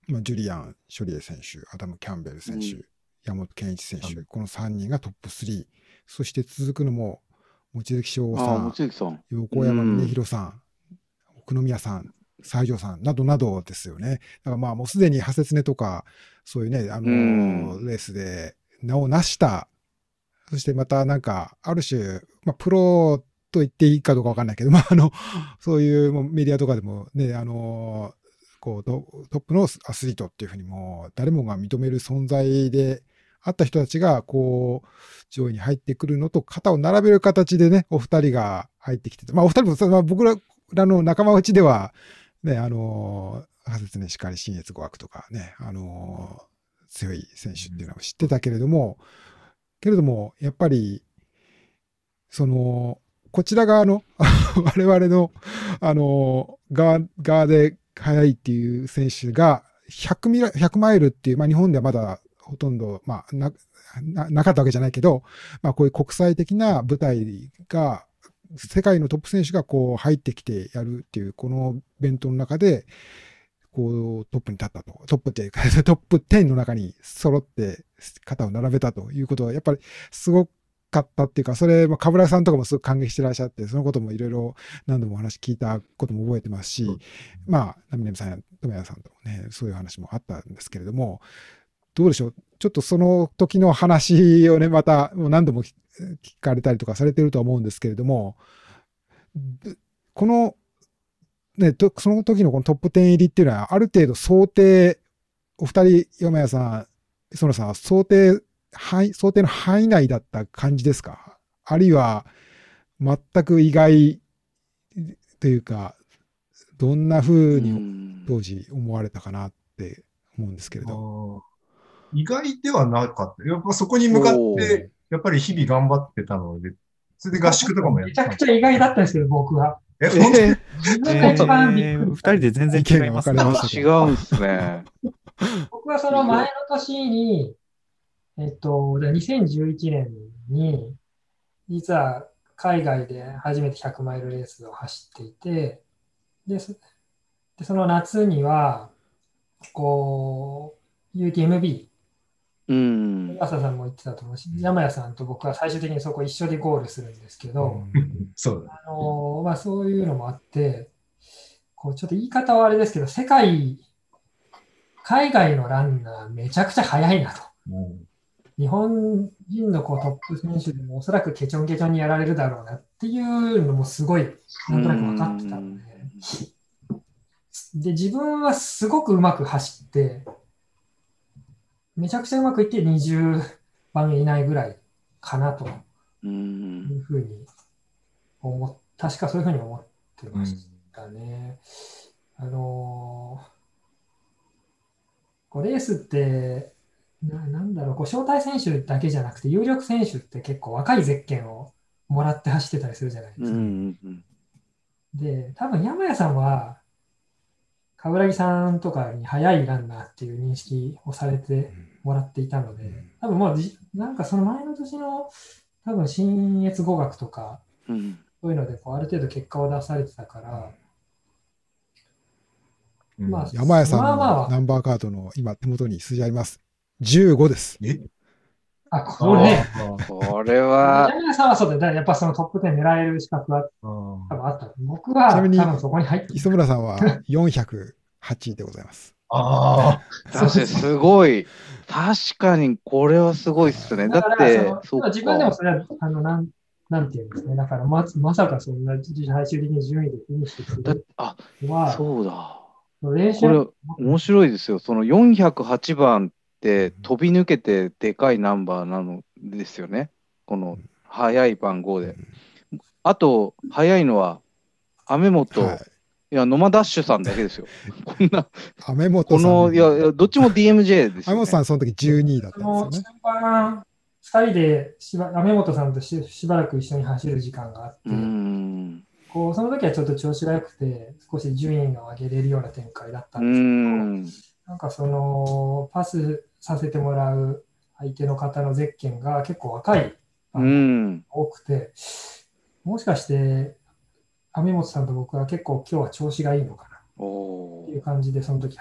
[SPEAKER 1] まあ、ジュリアン・ショリエ選手、アダム・キャンベル選手、
[SPEAKER 4] うん、
[SPEAKER 1] 山本健一選手、
[SPEAKER 3] うん、
[SPEAKER 1] このさんにんがトップスリー。そして続くのも、望月翔
[SPEAKER 4] ああ、望
[SPEAKER 1] さん、
[SPEAKER 4] 月さん。
[SPEAKER 1] 横山峰弘さん、奥宮さん、西条さんなどなどですよね。だからまあもうすでにハセツネとか、そういうね、あのー、レースで名を成した、そしてまたなんか、ある種、まあプロと言っていいかどうかわかんないけど、まああの、そういうもうメディアとかでもね、あのー、こうトップのアスリートっていうふうにもう誰もが認める存在であった人たちがこう上位に入ってくるのと肩を並べる形でね、お二人が入ってきてて、まあお二人も、まあ、僕らの仲間内ではね、あのー、ハセツネしかり新越語学とかね、あのー、強い選手っていうのは知ってたけれども、けれどもやっぱりそのこちら側の我々のあのー、側側で速いっていう選手がひゃくミラ、ひゃくマイルっていう、まあ日本ではまだほとんど、まあな、な、なかったわけじゃないけど、まあこういう国際的な舞台が、世界のトップ選手がこう入ってきてやるっていう、このイベントの中で、こうトップに立ったと。トップっていうか、トップじゅうの中に揃って肩を並べたということは、やっぱりすごくかったっていうか、それ、まあ、冠城さんとかもすごく感激してらっしゃって、そのこともいろいろ何度もお話聞いたことも覚えてますし、うん、まあ、ナミネムさんや富谷さんともね、そういう話もあったんですけれども、どうでしょう、ちょっとその時の話をね、またもう何度も聞かれたりとかされてるとは思うんですけれども、この、ね、その時のこのトップじゅう入りっていうのは、ある程度想定、お二人、山谷さん、磯野さんは想定、範想定の範囲内だった感じですか？あるいは全く意外というか、どんな風に当時思われたかなって思うんですけれど。
[SPEAKER 3] 意外ではなかった。やっぱそこに向かって、やっぱり日々頑張ってたので、それで合宿とかもやって
[SPEAKER 2] た。めちゃくちゃ意外だったんですけど、僕は。
[SPEAKER 3] え、本当に
[SPEAKER 2] 自分が一番びっくり。
[SPEAKER 5] 二人で全然違いますね。
[SPEAKER 4] 違うんですね。
[SPEAKER 2] 僕はその前の年に、えっと、にせんじゅういちねんに、実は海外で初めてひゃくマイルレースを走っていて、で、そ, でその夏には、こう、ユーティーエムビー、うん、朝さんも言ってたと思うし、山谷さんと僕は最終的にそこ一緒でゴールするんですけど、
[SPEAKER 3] うん、そうだ、
[SPEAKER 2] あのまあ、そういうのもあって、こうちょっと言い方はあれですけど、世界、海外のランナーめちゃくちゃ速いなと。うん日本人のこうトップ選手でもおそらくケチョンケチョンにやられるだろうなっていうのもすごいなんとなく分かってたので、で自分はすごくうまく走ってめちゃくちゃうまくいってにじゅうばん以内ぐらいかなというふうに思っ確かそういうふうに思ってましたね。あのー、レースってな, なんだろう、こう招待選手だけじゃなくて、有力選手って結構若いゼッケンをもらって走ってたりするじゃないですか。うんうん、で、多分山谷さんは、冠城さんとかに速いランナーっていう認識をされてもらっていたので、多分もう、なんかその前の年の、多分新越語学とか、うん、そういうのでこうある程度結果を出されてたから、
[SPEAKER 1] うんまあ、山谷さんのナンバーカードの今手元に数字あります。じゅうごです。
[SPEAKER 2] えあ、これ。
[SPEAKER 4] これは。
[SPEAKER 2] 山谷さんはそうだ、やっぱそのトップじゅう狙える資格は多分あった。僕は多分そこに入って
[SPEAKER 1] 磯村さんはよんひゃくはちでございます。
[SPEAKER 3] ああ。
[SPEAKER 4] 確かにすごい。確かにこれはすごいっすね。だって、
[SPEAKER 2] そう自分でもそれは、あの、なん、なんていうんですね。だからま、まさかそんな最終的に順位でフィニッシュする
[SPEAKER 4] あ、そうだ。
[SPEAKER 2] 練習
[SPEAKER 4] これ面白いですよ。そのよんひゃくはちばんって飛び抜けてでかいナンバーなのですよね。この速い番号で。あと速いのは雨本、はい、いや野間ダッシュさんだけですよ。こんな
[SPEAKER 1] 雨本さん
[SPEAKER 4] このいやいやどっちも ディーエムジェー ですよ、ね。
[SPEAKER 1] 雨本さんその時じゅうにいだったんですよね。
[SPEAKER 2] ふたりでしば雨本さんと し, しばらく一緒に走る時間があって。うんこうその時はちょっと調子が良くて少し順位を上げれるような展開だったんですけど、なんかそのパスさせてもらう相手の方のゼッケンが結構若いが多くて、もしかして雨本さんと僕は結構今日は調子がいいのかなっていう感じでその時走ってま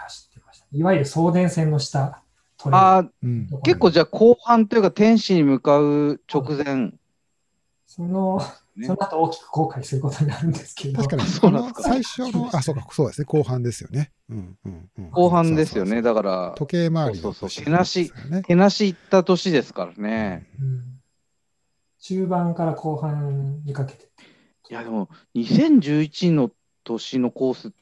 [SPEAKER 2] ました。いわゆる送電線の下、
[SPEAKER 4] トレーあ、
[SPEAKER 1] うん、
[SPEAKER 4] 結構じゃあ後半というか天使に向かう直前。
[SPEAKER 2] その、ね、その後大きく後悔することになるんですけど。
[SPEAKER 1] 確かに、
[SPEAKER 4] そうなんですか。
[SPEAKER 1] 最初の、あ、そうか、そうですね、後半ですよね。うんうんうん、
[SPEAKER 4] 後半ですよね、だから。
[SPEAKER 1] 時計回りの、ね、
[SPEAKER 4] そうそうそう、手なし、手なしいった年ですからね。
[SPEAKER 2] うん、中盤から後半にかけて。
[SPEAKER 4] いや、でも、にせんじゅういちの年のコースって、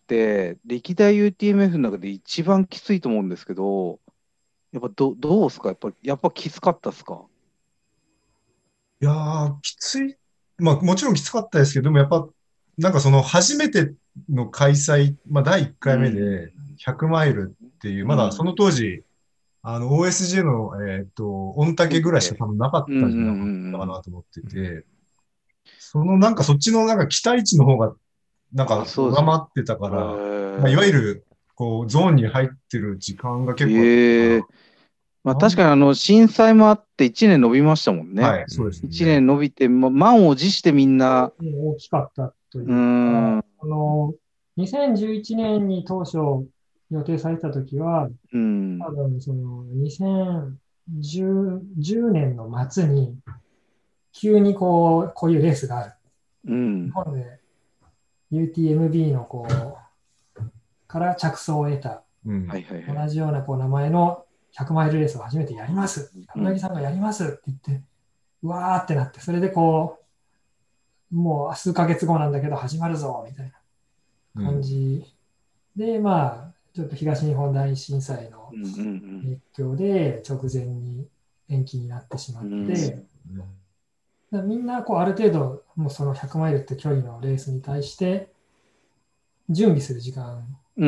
[SPEAKER 4] 歴代 ユーティーエムエフ の中で一番きついと思うんですけど、やっぱどどうですかやっぱやっぱきつかったですか？
[SPEAKER 3] いやー、きつい。まあ、もちろんきつかったですけど、でもやっぱ、なんかその初めての開催、まあ、だいいっかいめでひゃくマイルっていう、うん、まだその当時、あの、オーエスジェー の、えっと、御嶽ぐらいしか多分なかったんじゃなかったかなと思ってて、そのなんかそっちのなんか期待値の方が、なんか上回ってたから、まあ、いわゆる、こう、ゾーンに入ってる時間が結構あったから、
[SPEAKER 4] まあ、確かにあの震災もあっていちねん延びましたもんね。
[SPEAKER 3] はい、そうですね。
[SPEAKER 4] いちねん延びて、ま、満を持してみんな。
[SPEAKER 2] 大きかったというか、うんあのにせんじゅういちねんに当初予定されたときは、うん、多分そのにせんじゅうねんの末に急にこうこういうレースがある。うん、日本で ユーティーエムビー のこうから着想を得た、うん、同じようなこう名前のひゃくマイルレースを初めてやります。青柳さんがやりますって言って、うわーってなって、それでこう、もう数ヶ月後なんだけど始まるぞみたいな感じ、うん、で、まあ、ちょっと東日本大震災の影響で直前に延期になってしまって、うん、みんなこうある程度、もうそのひゃくマイルって距離のレースに対して準備する時間、うん、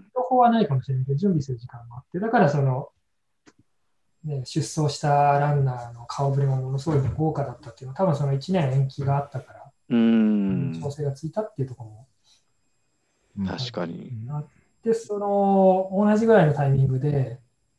[SPEAKER 2] 情報はないかもしれないけど、準備する時間もあって、だからその、ね、出走したランナーの顔ぶれもものすごい豪華だったっていうのは、多分そのいちねん延期があったから、うん、調整がついたっていうところ
[SPEAKER 4] も。確かに。
[SPEAKER 2] で、その、同じぐらいのタイミングで、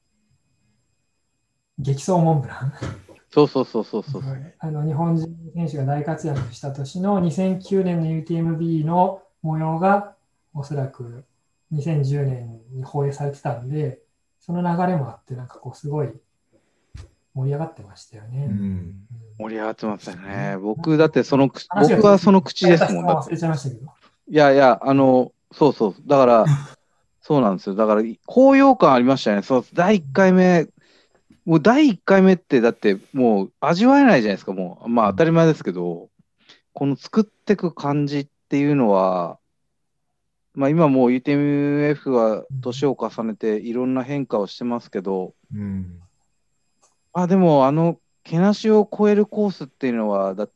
[SPEAKER 2] 激走モンブラン。
[SPEAKER 4] そうそうそうそうそう。
[SPEAKER 2] あの日本人選手が大活躍した年のにせんきゅうねんの ユーティーエムビー の模様が、おそらくにせんじゅうねんに放映されてたんで、その流れもあって、なんかこう、すごい、盛り上がってましたよね。うん、
[SPEAKER 4] 盛り上がってましたね。僕、だってその、僕はその口ですもん。
[SPEAKER 2] 忘れちゃいましたけど。
[SPEAKER 4] いやいや、あの、そうそう。だから、そうなんですよ。だから、高揚感ありましたね。そう、だいいっかいめ、もうだいいっかいめって、だってもう味わえないじゃないですか。もう、まあ当たり前ですけど、この作っていく感じっていうのは、まあ今もう ユーティーエムエフ は年を重ねていろんな変化をしてますけど、うんあ、でも、あの、けなしを超えるコースっていうのは、だって、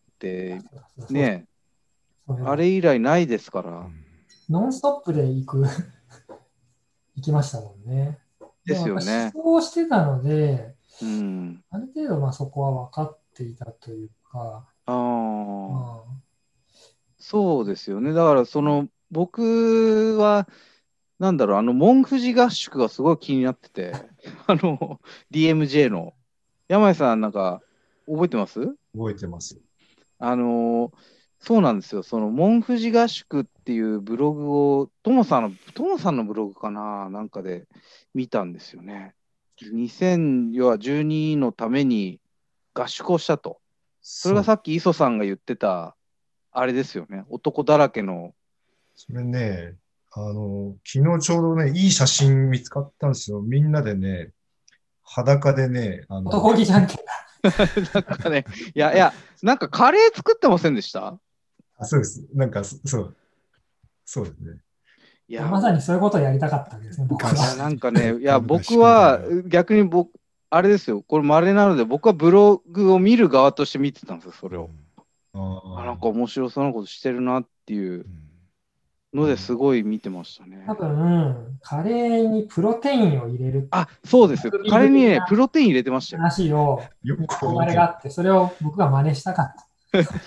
[SPEAKER 4] ね、あれ以来ないですから。
[SPEAKER 2] ノンストップで行く、行きましたもんね。
[SPEAKER 4] ですよね。
[SPEAKER 2] 思想してたので、うん、ある程度、まあそこは分かっていたというか。ああ。
[SPEAKER 4] そうですよね。だから、その、僕は、なんだろう、あの、モンフジ合宿がすごい気になってて、あの、ディーエムジェー の。山井さん、なんか、覚えてます？
[SPEAKER 3] 覚えてます。
[SPEAKER 4] あのー、そうなんですよ。その、モンフジ合宿っていうブログを、トモさんの、トモさんのブログかななんかで見たんですよね。にせんじゅうにのために合宿をしたと。それがさっき磯さんが言ってた、あれですよね。男だらけの。
[SPEAKER 3] それね、あの、昨日ちょうどね、いい写真見つかったんですよ。みんなでね、裸でね、
[SPEAKER 2] あの男気じゃんけん
[SPEAKER 4] なんかね、いやいや、なんかカレー作ってませんでした？
[SPEAKER 3] あ、そうです。なんか、そう、そうですね。
[SPEAKER 2] いや、まさにそういうことをやりたかったんですね、僕は。
[SPEAKER 4] いや、なんかね、いや、僕は逆に僕、あれですよ、これ稀なので、僕はブログを見る側として見てたんですよ、それを。うん、あなんか面白そうなことしてるなっていうのですごい見てましたね。
[SPEAKER 2] 多分、カレーにプロテインを入れる。
[SPEAKER 4] あ、そうです。カレーにね、プロテイン入れてましたよ。
[SPEAKER 2] 話を、あれがあって、それを僕が真似したかった。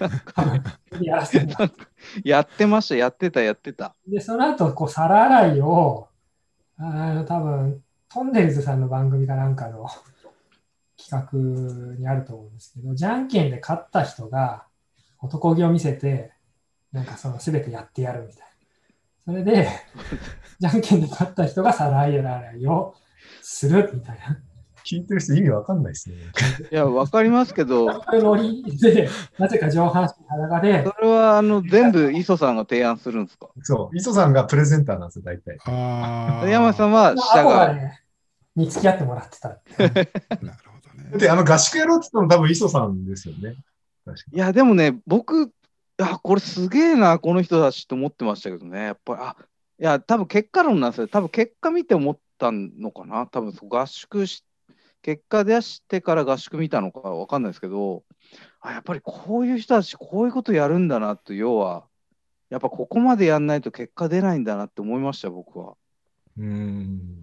[SPEAKER 4] やってました、やってた、やってた。
[SPEAKER 2] で、その後、こう、皿洗いを、あの、多分、トンネルズさんの番組かなんかの企画にあると思うんですけど、じゃんけんで勝った人が男気を見せて、なんかその全てやってやるみたいな。それで、 じゃんけんで勝った人が皿洗いをするみたいな。
[SPEAKER 3] 聞いてる人意味わかんないですね。
[SPEAKER 4] いや、わかりますけど、
[SPEAKER 2] これノリで、なぜか上半身裸で。
[SPEAKER 4] それはあの全部磯さんが提案するんですか？
[SPEAKER 3] そう、磯さんがプレゼンターなんですよ、大体。
[SPEAKER 1] ああ。
[SPEAKER 4] 山さんは下が。
[SPEAKER 2] に付き合ってもらってた。な
[SPEAKER 1] るほどね。
[SPEAKER 3] で、あの合宿やろうって言っても多分磯さんですよね。
[SPEAKER 4] いや、でもね、僕、あ、これすげえな、この人たちと思ってましたけどね、やっぱり、あ、いや、多分結果論なんですよ。多分結果見て思ったのかな。多分合宿し、結果出してから合宿見たのかわかんないですけど、あ、やっぱりこういう人たち、こういうことやるんだなと、要は、やっぱここまでやんないと結果出ないんだなって思いました、僕は。
[SPEAKER 3] うーん。
[SPEAKER 4] うん。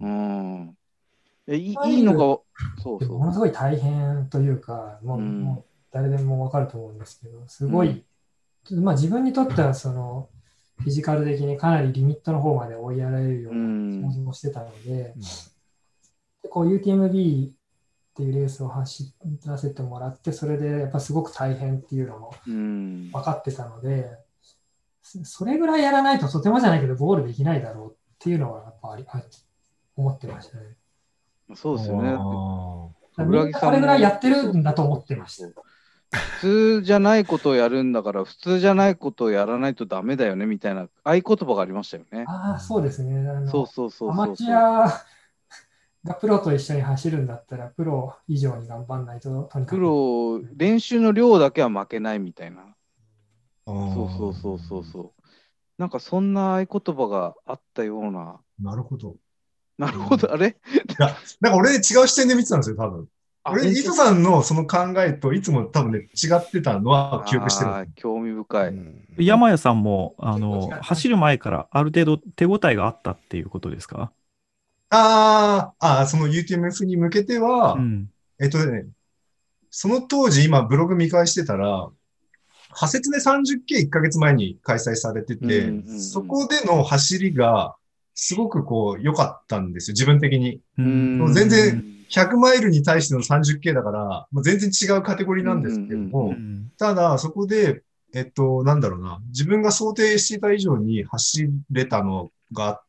[SPEAKER 4] いいいいのが、そうそう。
[SPEAKER 2] ものすごい大変というか、もう、うん、もう誰でもわかると思うんですけど、すごい、うん、まあ自分にとってはその、フィジカル的にかなりリミットの方まで追いやられるような想像をしてたので、うん、でこう ユーティーエムビー っていうレースを走らせてもらって、それでやっぱすごく大変っていうのも分かってたので、うん、それぐらいやらないととてもじゃないけどゴールできないだろうっていうのはやっぱり思ってましたね。
[SPEAKER 4] そうですよね。
[SPEAKER 2] みんなこれぐらいやってるんだと思ってました。
[SPEAKER 4] 普通じゃないことをやるんだから、普通じゃないことをやらないとダメだよねみたいな合言葉がありましたよね。
[SPEAKER 2] ああ、そうですね。あの
[SPEAKER 4] そうそうそうそう。
[SPEAKER 2] アマチュアがプロと一緒に走るんだったら、プロ以上に頑張らないと、とにかく。
[SPEAKER 4] プロ、練習の量だけは負けないみたいな。そうそうそうそうそう。なんかそんな合言葉があったような。
[SPEAKER 3] なるほど。
[SPEAKER 4] なるほど、あれい
[SPEAKER 3] や、なんか俺違う視点で見てたんですよ、多分。俺、糸さんのその考えといつも多分ね、違ってたのは記憶してる。
[SPEAKER 4] 興味深い。
[SPEAKER 5] 山谷さんも、あの、走る前からある程度手応えがあったっていうことですか？
[SPEAKER 3] ああ、その ユーティーエムエフ に向けては、うん、えっとね、その当時今ブログ見返してたら、ハセツネ さんじゅっケーいっかげつまえに開催されてて、うんうんうん、そこでの走りがすごくこう良かったんですよ、自分的に。うんもう全然ひゃくマイルに対しての さんじゅっケー だから、もう全然違うカテゴリーなんですけども、うんうんうん、ただそこで、えっと、なんだろうな、自分が想定していた以上に走れたのがあって、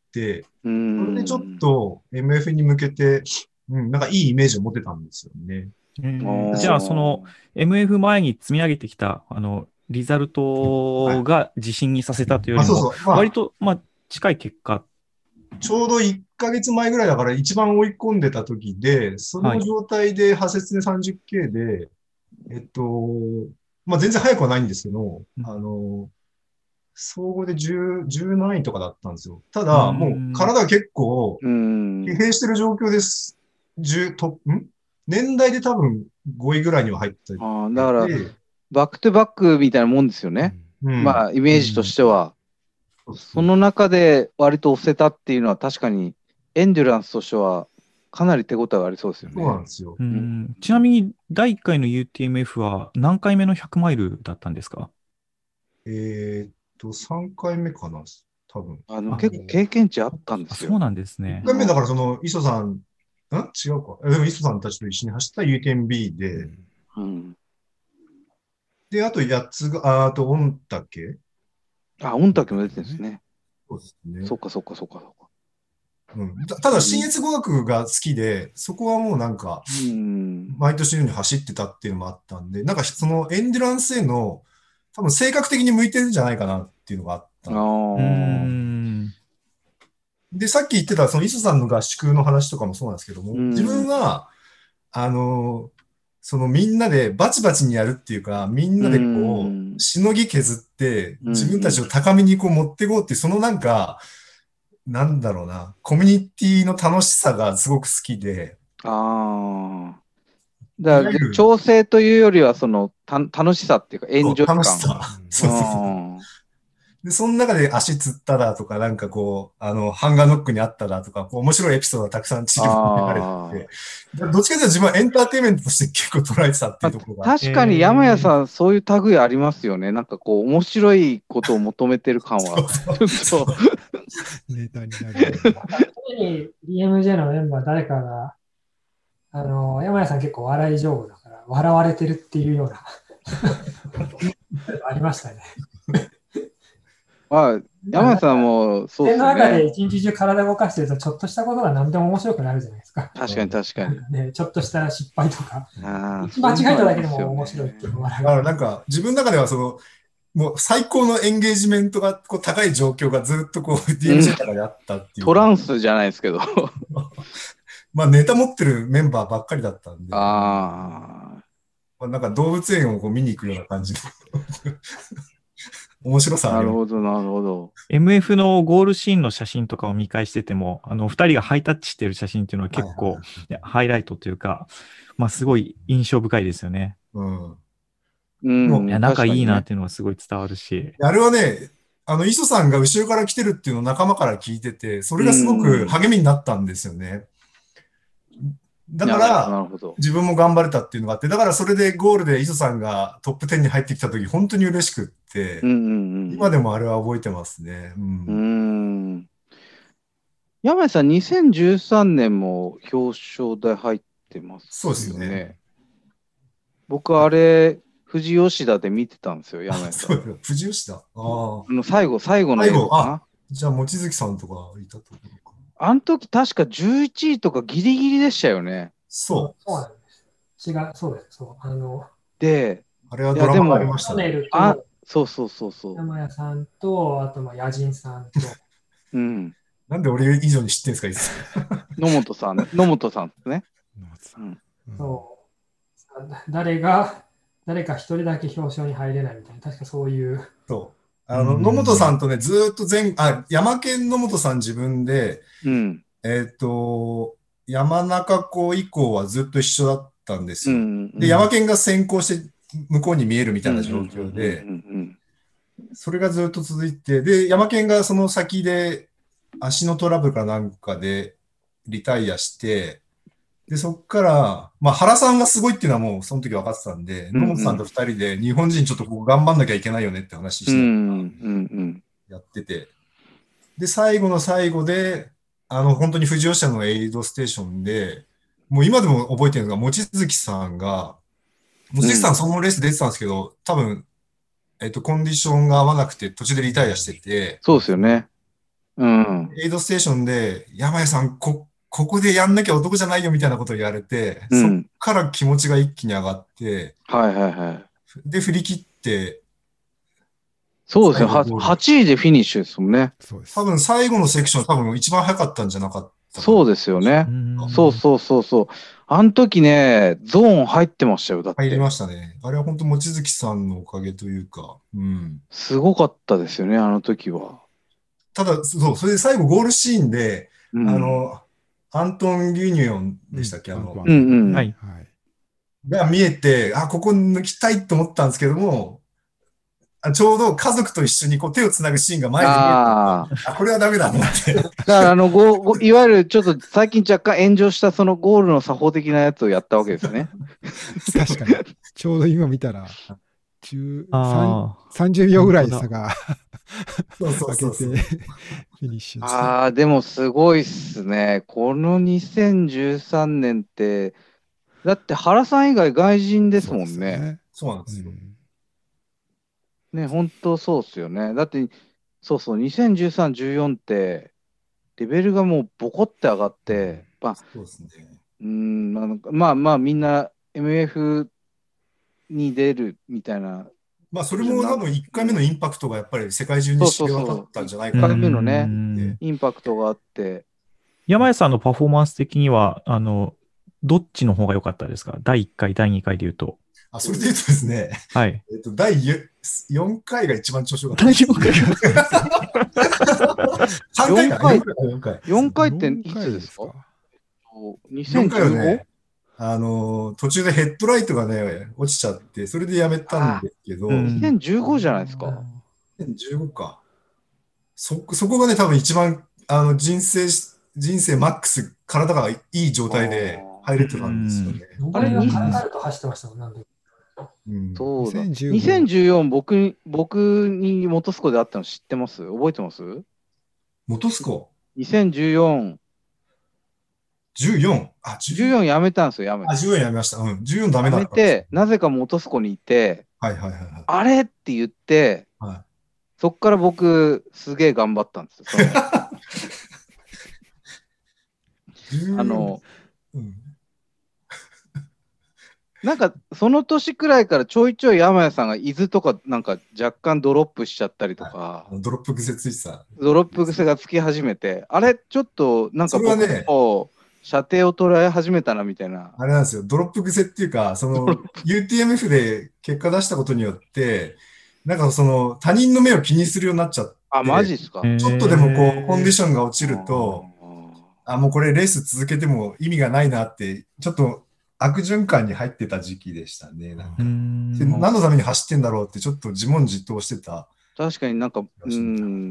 [SPEAKER 3] それでちょっと エムエフ に向けて、うん、なんかいいイメージを持てたんですよね。
[SPEAKER 5] じゃあ、その エムエフ 前に積み上げてきた、あの、リザルトが自信にさせたというよりも、割と、まあ、近い結果。
[SPEAKER 3] ちょうどいっかげつまえぐらいだから一番追い込んでた時で、その状態でハセツネ さんじゅっケー で、えっと、まあ、全然速くはないんですけど、うん、あの、総合でじゅう、じゅう何位とかだったんですよ。ただ、もう体が結構、疲弊してる状況です。じゅう、と、ん年代で多分ごいぐらいには入ったり。
[SPEAKER 4] ああ、だから、バックトゥバックみたいなもんですよね。うん、まあ、イメージとしては。うん、その中で割と押せたっていうのは確かに、エンデュランスとしてはかなり手応えがありそうですよね。
[SPEAKER 3] そうなんですよ。
[SPEAKER 5] うん、ちなみに、だいいっかいの ユーティーエムエフ は何回目のひゃくマイルだったんですか？
[SPEAKER 3] えーっと、さんかいめかな、多分。
[SPEAKER 4] あの結構経験値あったんですよ。
[SPEAKER 5] そうなんですね。
[SPEAKER 3] いっかいめだから、その、磯さん、ん違うか。でも、磯さんたちと一緒に走った ユーティーエムビー で、うん、で、あとやっつが、あ、あと、オンタケ
[SPEAKER 4] あ、オンタケも出てるんですね。
[SPEAKER 3] そうですね。
[SPEAKER 4] そっかそっかそっかそっか。
[SPEAKER 3] うん、ただ、信越語学が好きで、そこはもうなんか、毎年のように走ってたっていうのもあったんで、なんかそのエンデュランスへの、多分性格的に向いてるんじゃないかなっていうのがあったんで。で、さっき言ってた、その磯さんの合宿の話とかもそうなんですけども、自分は、あの、そのみんなでバチバチにやるっていうか、みんなでこう、しのぎ削って、自分たちを高みにこう持っていこうっていう、そのなんか、なんだろうな、コミュニティの楽しさがすごく好きで。
[SPEAKER 4] ああ。だから、調整というよりは、その、た楽しさっていうか、エンジョイ感。
[SPEAKER 3] 楽しさ。そうそうそう。で、その中で足つっただとか、なんかこう、あの、ハンガーノックにあっただとか、こう面白いエピソードがたくさんチームに流れてて、どっちかというと自分はエンターテインメントとして結構捉えてたっていうところが。
[SPEAKER 4] 確かに山谷さん、そういう類ありますよね。なんかこう、面白いことを求めてる感は。そうそう。
[SPEAKER 1] ネタになる。
[SPEAKER 2] 常に ディーエムジェー のメンバー誰かが、あの、山谷さん結構笑い上手だから、笑われてるっていうような、ありましたね。
[SPEAKER 4] まあ、山谷さんもそうです
[SPEAKER 2] その中で
[SPEAKER 4] ね。
[SPEAKER 2] 一日中体を動かしてると、ちょっとしたことが何でも面白くなるじゃないですか。
[SPEAKER 4] 確かに確かに。
[SPEAKER 2] ね、ちょっとした失敗とか、
[SPEAKER 4] あー
[SPEAKER 2] 間違えただけでも
[SPEAKER 4] そうなん
[SPEAKER 2] 面
[SPEAKER 4] ですよね
[SPEAKER 2] 白いっていうのは
[SPEAKER 3] だからなんか、自分の中ではその、もう最高のエンゲージメントがこう高い状況がずっとこう ディーエムジェー の中であったっていう。
[SPEAKER 4] トランスじゃないですけど。
[SPEAKER 3] まあネタ持ってるメンバーばっかりだったんで。
[SPEAKER 4] ああ。
[SPEAKER 3] まあ、なんか動物園をこう見に行くような感じの面白さあります。
[SPEAKER 4] なるほど、なるほど。
[SPEAKER 5] エムエフ のゴールシーンの写真とかを見返してても、あの、二人がハイタッチしてる写真っていうのは結構、
[SPEAKER 3] はいはい
[SPEAKER 5] いやハイライトというか、まあ、すごい印象深いですよね。
[SPEAKER 3] うん。
[SPEAKER 4] うん、
[SPEAKER 5] いや、仲いいなっ
[SPEAKER 4] 確か
[SPEAKER 5] ていうのがすごい伝わるし。
[SPEAKER 3] あれはね、あの、磯さんが後ろから来てるっていうのを仲間から聞いてて、それがすごく励みになったんですよね。だか
[SPEAKER 4] にね。なる
[SPEAKER 3] ら、
[SPEAKER 4] ほど。
[SPEAKER 3] 自分も頑張れたっていうのがあって、だからそれでゴールで磯さんがトップじゅうに入ってきた時、本当に嬉しくって、
[SPEAKER 4] うんうんうん。
[SPEAKER 3] 今でもあれは覚えてますね。う。
[SPEAKER 4] うんん。山谷さん、にせんじゅうさんねんも表彰台入ってますよね。
[SPEAKER 3] そうですね。
[SPEAKER 4] 僕、あれ、富士吉田で見てたんですよ、山谷さん。
[SPEAKER 3] そうだ、藤吉だ。ああ。
[SPEAKER 4] あの最後、最後の映像かな。
[SPEAKER 3] じゃあ、望月さんとかいたところか。
[SPEAKER 4] あの時確かじゅういちいとかギリギリでしたよね。
[SPEAKER 3] そう。
[SPEAKER 2] そうなんです。違う、そうです。そう。あの、
[SPEAKER 4] で、
[SPEAKER 3] あれはドラマがありましたね。
[SPEAKER 2] シャネル
[SPEAKER 4] あ
[SPEAKER 2] と、
[SPEAKER 4] そうそうそうそう。
[SPEAKER 2] 山谷さんと、あと、まあ、野人さんと、
[SPEAKER 4] うん。
[SPEAKER 3] なんで俺以上に知ってんすか、いつ
[SPEAKER 4] 野本さん、野本さんですね。
[SPEAKER 1] うん
[SPEAKER 2] そう。誰が、誰か一人だけ表彰に入れないみたいな、確かそういう。
[SPEAKER 3] そう。あの、
[SPEAKER 5] うん
[SPEAKER 3] 野本さんとね、ずーっと全、あ、山県野本さん自分で、
[SPEAKER 4] うん。
[SPEAKER 3] えっと、山中湖以降はずっと一緒だったんですよ。
[SPEAKER 4] うん。
[SPEAKER 3] で、山県が先行して向こうに見えるみたいな状況で
[SPEAKER 4] う、ん
[SPEAKER 3] それがずっと続いて、で、山県がその先で足のトラブルかなんかでリタイアして、で、そっから、まあ原さんがすごいっていうのはもうその時分かってたんで、
[SPEAKER 4] うんうん
[SPEAKER 3] 野本さんと二人で日本人ちょっとここ頑張んなきゃいけないよねって話して
[SPEAKER 4] うんうん
[SPEAKER 3] やってて、で、最後の最後で、あの、本当に富士吉田のエイドステーションで、もう今でも覚えてるのが、望月さんが、望月さんそのレース出てたんですけど、多分、えっと、コンディションが合わなくて途中でリタイアしてて、
[SPEAKER 4] そうですよね。うん。
[SPEAKER 3] エイドステーションで、山谷さん、こ、ここでやんなきゃ男じゃないよみたいなことを言われて、
[SPEAKER 4] うん
[SPEAKER 3] そっから気持ちが一気に上がって、
[SPEAKER 4] はいはいはい。
[SPEAKER 3] で、振り切って、
[SPEAKER 4] そうですね。は
[SPEAKER 3] 最後
[SPEAKER 4] はちいでフィニッシュですもんね。
[SPEAKER 1] そうです。
[SPEAKER 3] 多分最後のセクション多分一番早かったんじゃなかったかな。
[SPEAKER 4] そうですよね。そうそうそうそう。あの時ね、ゾーン入ってましたよ。だって。
[SPEAKER 3] 入りましたね。あれは本当、望月さんのおかげというか、うん。
[SPEAKER 4] すごかったですよね、あの時は。
[SPEAKER 3] ただ、そう、それで最後ゴールシーンで、
[SPEAKER 4] うん、
[SPEAKER 3] あの、アントン・ギュニョンでしたっけ、あの、
[SPEAKER 4] うんうん。
[SPEAKER 5] はい。
[SPEAKER 1] はい。
[SPEAKER 3] が見えて、あ、ここ抜きたいと思ったんですけども、あちょうど家族と一緒にこう手をつなぐシーンが前で見えて、
[SPEAKER 4] あ
[SPEAKER 3] あ、これはダメだと思って。
[SPEAKER 4] だからあのごご、いわゆるちょっと最近若干炎上したそのゴールの作法的なやつをやったわけですね。
[SPEAKER 1] 確かに。ちょうど今見たら、じゅう
[SPEAKER 5] あ
[SPEAKER 1] さんじゅうびょうぐらい差が
[SPEAKER 3] そうそうそうそう
[SPEAKER 1] 開けてフィニッシュして。
[SPEAKER 4] ああ、でもすごいっすね。このにせんじゅうさんねんって、だって原さん以外外人ですもん
[SPEAKER 1] そう
[SPEAKER 4] ね。
[SPEAKER 3] そうなんですよ。
[SPEAKER 1] うん
[SPEAKER 4] ね、本当そうっすよね。だって、そうそう、にせんじゅうさん、じゅうよんって、レベルがもうボコって上がって、まあ、
[SPEAKER 3] そうですね。
[SPEAKER 4] うーん、まあなんか、まあまあ、みんな エムエフ に出るみたいな、
[SPEAKER 3] まあ、それも多分いっかいめのインパクトがやっぱり世界中に知れ渡ったんじゃないか
[SPEAKER 4] 1
[SPEAKER 3] な
[SPEAKER 4] 回目のね、
[SPEAKER 5] うん
[SPEAKER 4] インパクトがあって、
[SPEAKER 5] 山谷さんのパフォーマンス的には、あの、どっちの方が良かったですか？だいいっかい、だいにかいで言うと。
[SPEAKER 3] あ、それで言うとですね、
[SPEAKER 5] はい。
[SPEAKER 3] えっと、だいよんかいが一番調子よかった。
[SPEAKER 5] だいよんかい
[SPEAKER 3] さんかいか
[SPEAKER 4] よんかい
[SPEAKER 3] よんかい。
[SPEAKER 4] よんかいっていつですか？
[SPEAKER 3] よん
[SPEAKER 4] ?にせんじゅうご?
[SPEAKER 3] かいはね、あの、途中でヘッドライトがね、落ちちゃって、それでやめたんですけど、
[SPEAKER 5] うん
[SPEAKER 4] にせんじゅうごじゃないですか。
[SPEAKER 3] にせんじゅうごか。そ、そこがね、多分一番、あの、人生、人生マックス、体がいい状態で入れてたんですよね。
[SPEAKER 2] あれがカラカルと走ってましたもん、なんで。
[SPEAKER 3] うん、
[SPEAKER 4] そうだ。
[SPEAKER 1] にせんじゅうご
[SPEAKER 4] にせんじゅうよん、僕に、僕に元栖湖で会ったの知ってます？覚えてます？
[SPEAKER 3] 元栖湖
[SPEAKER 4] にせんじゅうよん、
[SPEAKER 3] じゅうよん。あ、
[SPEAKER 4] じゅうよんやめたんですよ、やめ
[SPEAKER 3] あ、じゅうよんやめました。うん。じゅうよんダメ
[SPEAKER 4] や
[SPEAKER 3] だった。
[SPEAKER 4] めて、なぜか元栖湖にいて、
[SPEAKER 3] はいはいはいはい。
[SPEAKER 4] あれって言って、
[SPEAKER 3] はい
[SPEAKER 4] そっから僕、すげえ頑張ったんですよ。そのあの、うん、なんかその年くらいからちょいちょい山谷さんが伊豆とかなんか若干ドロップしちゃったりとか、
[SPEAKER 3] ドロップ癖ついてた。
[SPEAKER 4] ドロップ癖がつき始めて、あれちょっとなんか僕も射程を捉え始めたなみたいな。
[SPEAKER 3] あれなんですよ、ドロップ癖っていうか、その ユーティーエムエフ で結果出したことによって、なんかその他人の目を気にするようになっちゃって、
[SPEAKER 4] あ、マジっすか。
[SPEAKER 3] ちょっとでもこうコンディションが落ちると、あ、もうこれレース続けても意味がないなって、ちょっと悪循環に入ってた時期でしたね。なんか何のために走ってんだろうってちょっと自問自答してた。
[SPEAKER 4] 確かになんか、うん。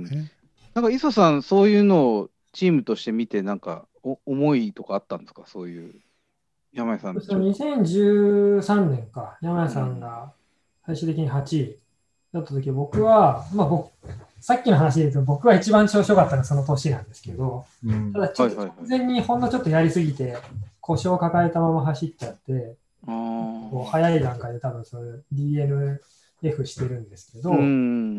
[SPEAKER 4] なんか磯さん、そういうのをチームとして見て、なんかお思いとかあったんですか、そういう。山谷さん。
[SPEAKER 2] にせんじゅうさんねんか、山谷さんが最終的にはちいだったとき、僕は、まあ僕、さっきの話で言うと、僕が一番調子良かったのはその年なんですけど、うん、ただちょっと直前にほんのちょっとやりすぎて、故障を抱えたまま走っちゃって、こう早い段階で多分そういう ディーエヌエフ してるんですけど、うん、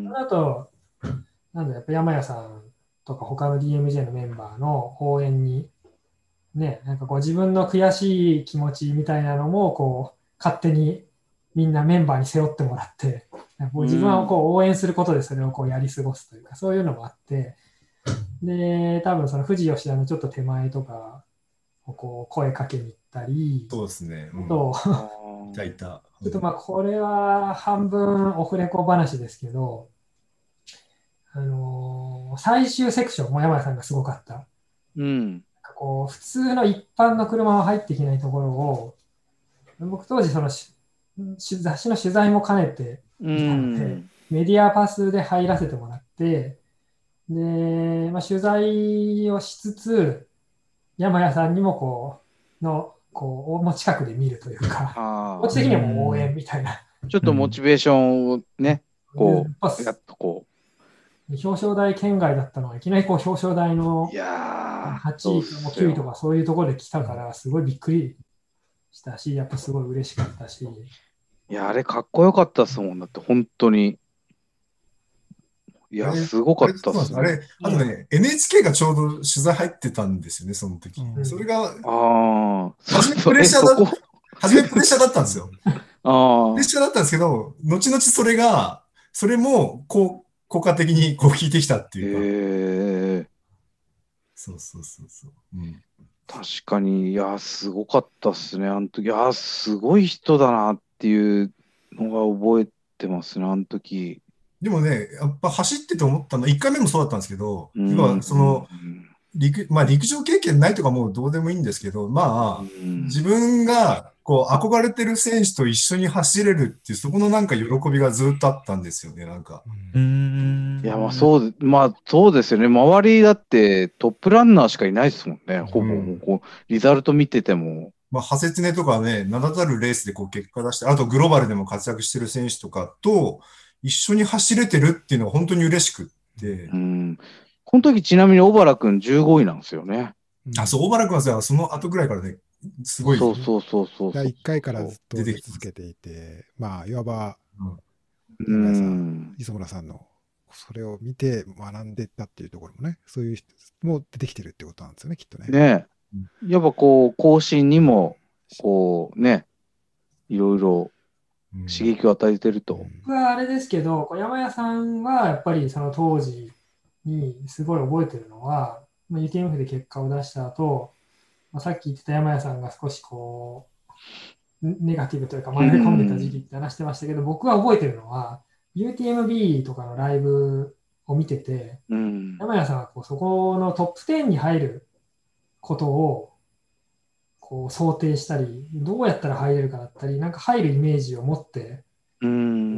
[SPEAKER 2] その後、なんだやっぱ山谷さんとか他の ディーエムジェー のメンバーの応援に、ね、なんかこう自分の悔しい気持ちみたいなのもこう勝手にみんなメンバーに背負ってもらって、こう自分をこう応援することでそれをこうやり過ごすというか、そういうのもあって、で、多分その富士吉田のちょっと手前とかをこう声かけに行ったり、
[SPEAKER 3] そうですね。うん、
[SPEAKER 2] と
[SPEAKER 3] いたいた。
[SPEAKER 2] ちょっとまあこれは半分オフレコ話ですけど、あのー、最終セクションも山谷さんがすごかった。
[SPEAKER 4] うん。
[SPEAKER 2] こう普通の一般の車は入ってきないところを、僕当時その雑誌の取材も兼ねていたので、うん、メディアパスで入らせてもらって、で、まあ、取材をしつつ、山谷さんにもこう、の、こう、もう近くで見るというか、気持ち的にはもう応援みたいな。
[SPEAKER 4] ちょっとモチベーションをね、こう、やっとこう。
[SPEAKER 2] 表彰台圏外だったのが、いきなりこう表彰台のはちいとかきゅういとかそういうところで来たから、すごいびっくりしたし、やっぱすごい嬉しかったし。
[SPEAKER 4] いや、あれかっこよかったっすもんだって、本当に。いや、すごかったっす
[SPEAKER 3] ね。あれ、あとね、エヌエイチケー がちょうど取材入ってたんですよね、その時。うん、それが、
[SPEAKER 4] あ
[SPEAKER 3] 初めプレッシャーだ、初めプレッシャーだったんですよ。あプレッシャーだったんですけど、後々それが、それも、こう、効果的にこう効いてきたっていうか。へー。そうそうそうそう。うん、
[SPEAKER 4] 確かに、いや、すごかったっすね、あの時。いや、すごい人だなっていうのが覚えてますね、あの時。
[SPEAKER 3] でもね、やっぱ走ってて思ったの、いっかいめもそうだったんですけど、うん、今、その、陸、まあ陸上経験ないとかもうどうでもいいんですけど、まあ、うん、自分が、こう、憧れてる選手と一緒に走れるっていう、そこのなんか喜びがずっとあったんですよね、なんか。
[SPEAKER 4] うん、いや、まあそう、まあそうですよね。周りだってトップランナーしかいないですもんね、ほぼ。うん、こうリザルト見てても。
[SPEAKER 3] まあ、ハセツネとかね、名だたるレースでこう結果出して、あとグローバルでも活躍してる選手とかと一緒に走れてるっていうのは本当に嬉しくって。
[SPEAKER 4] うん。この時ちなみに小原くんじゅうごいなんですよね。
[SPEAKER 3] あ、そう、小原くんはさ、その後ぐらいからね、すごい、ね。
[SPEAKER 4] そうそうそうそう
[SPEAKER 1] だいっかいからずっと出続けていて、まあ、いわば、うん、さん、磯村さんのそれを見て学んでったっていうところもね、そういう人も出てきてるってことなんですよね、きっとね。
[SPEAKER 4] ねえ。やっぱこう、後進にも、こうね、いろいろ刺激を与えてると。
[SPEAKER 2] 僕はあれですけど、山谷さんはやっぱりその当時にすごい覚えてるのは、ユーティーエムエフ で結果を出した後、まあ、さっき言ってた山谷さんが少しこう、ネガティブというか迷い込んでた時期って話してましたけど、僕は覚えてるのは、ユーティーエムビー とかのライブを見てて、うん、山谷さんはこうそこのトップじゅうに入ることをこう想定したり、どうやったら入れるかだったり、なんか入るイメージを持って、うん、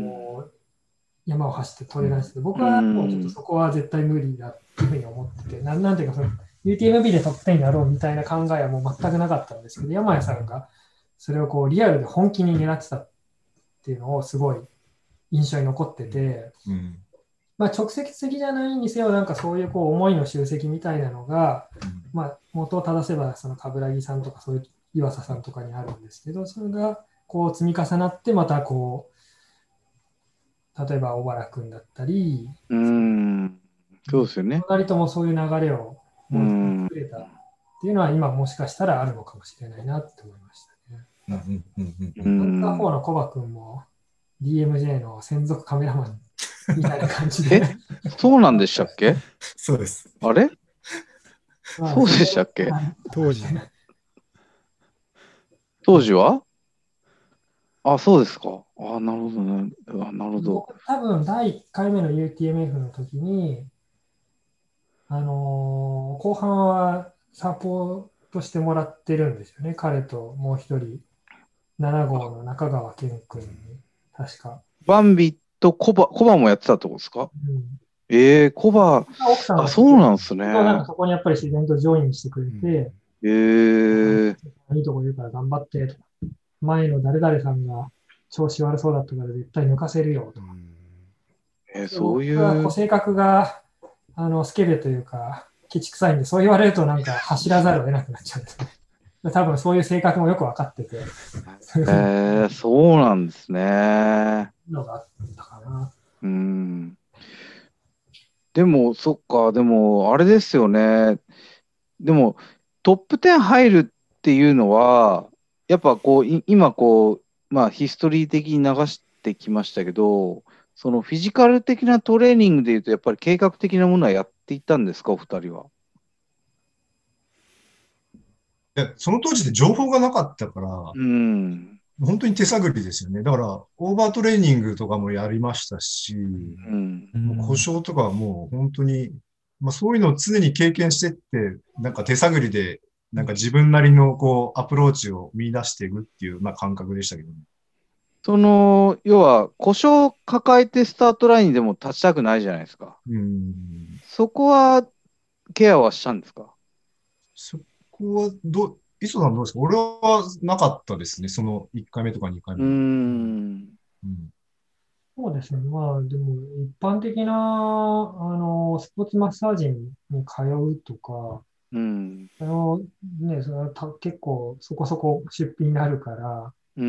[SPEAKER 2] こう山を走ってトレーナーしてて、僕はもうちょっとそこは絶対無理だっていうふうに思ってて、なんなんていうかその ユーティーエムビー でトップじゅうになろうみたいな考えはもう全くなかったんですけど、山谷さんがそれをこうリアルで本気に狙ってたっていうのをすごい印象に残ってて、うんまあ、直接的じゃないにせよ、なんかそういうこう思いの集積みたいなのが、うんまあ、元を正せばその冠城さんとかそういう岩佐さんとかにあるんですけど、それがこう積み重なってまたこ例えば小原君だったり、
[SPEAKER 4] うーん。そうですよね。
[SPEAKER 2] ふたりともそういう流れをもう作れたっていうのは今もしかしたらあるのかもしれないなって思いましたね。
[SPEAKER 3] うんうんうん
[SPEAKER 4] う
[SPEAKER 3] うん
[SPEAKER 2] アンカーフォー
[SPEAKER 4] ん。
[SPEAKER 2] のコバ君も ディーエムジェー の専属カメラマンみたいな感じで。
[SPEAKER 4] え、そうなんでしたっけ？
[SPEAKER 3] そうです。
[SPEAKER 4] あれ
[SPEAKER 2] まあ
[SPEAKER 4] そうでしたっけ？
[SPEAKER 2] はい
[SPEAKER 1] 当時。
[SPEAKER 4] 当時はあ、そうですか。あ、なるほどね。あ、なるほど。
[SPEAKER 2] 僕多分だいいっかいめの ユーティーエムエフ の時に、あのー後半はサポートしてもらってるんですよね。彼ともう一人、なな号の中川健君に、確か。
[SPEAKER 4] バンビとコバ、コバもやってたってことですか？
[SPEAKER 2] うん
[SPEAKER 4] えー、コバ、
[SPEAKER 2] 奥さんが
[SPEAKER 4] あ、そうなんですね。
[SPEAKER 2] なんかそこにやっぱり自然とジョインしてくれて、
[SPEAKER 4] えー、
[SPEAKER 2] いいとこ言うから頑張ってとか、前の誰々さんが調子悪そうだったから絶対抜かせるよとか。
[SPEAKER 4] えーそうい
[SPEAKER 2] 僕はこう
[SPEAKER 4] う、
[SPEAKER 2] 性格があのスケベというか、ケチくさいんで、そう言われるとなんか走らざるを得なくなっちゃうんですね。多分そういう性格もよく分かってて、そういう
[SPEAKER 4] えー、そうなんですね。
[SPEAKER 2] のがあったかな。
[SPEAKER 4] うん。でも、そっか、でも、あれですよね。でも、トップじゅう入るっていうのは、やっぱこう、い今こう、まあ、ヒストリー的に流してきましたけど、そのフィジカル的なトレーニングでいうと、やっぱり計画的なものはやっていたんですか、お二人は。
[SPEAKER 3] いや、その当時で情報がなかったから、
[SPEAKER 4] うん。
[SPEAKER 3] 本当に手探りですよね。だから、オーバートレーニングとかもやりましたし、
[SPEAKER 4] うん。
[SPEAKER 3] もう故障とかはもう本当に、まあそういうのを常に経験してって、なんか手探りで、なんか自分なりのこう、アプローチを見出していくっていう、まあ感覚でしたけどね。
[SPEAKER 4] その、要は、故障を抱えてスタートラインでも立ちたくないじゃないですか。
[SPEAKER 3] うん。
[SPEAKER 4] そこは、ケアはしたんですか？
[SPEAKER 3] そこは、どう、磯さんどうですか？俺はなかったですね。そのいっかいめとかにかい
[SPEAKER 4] うー
[SPEAKER 3] め。
[SPEAKER 4] ん。
[SPEAKER 3] うん。
[SPEAKER 2] そうですね。まあ、でも、一般的な、あの、スポーツマッサージに通うとか、
[SPEAKER 4] うん。
[SPEAKER 2] あの、ね、そのた結構そこそこ出費になるから、
[SPEAKER 4] うん。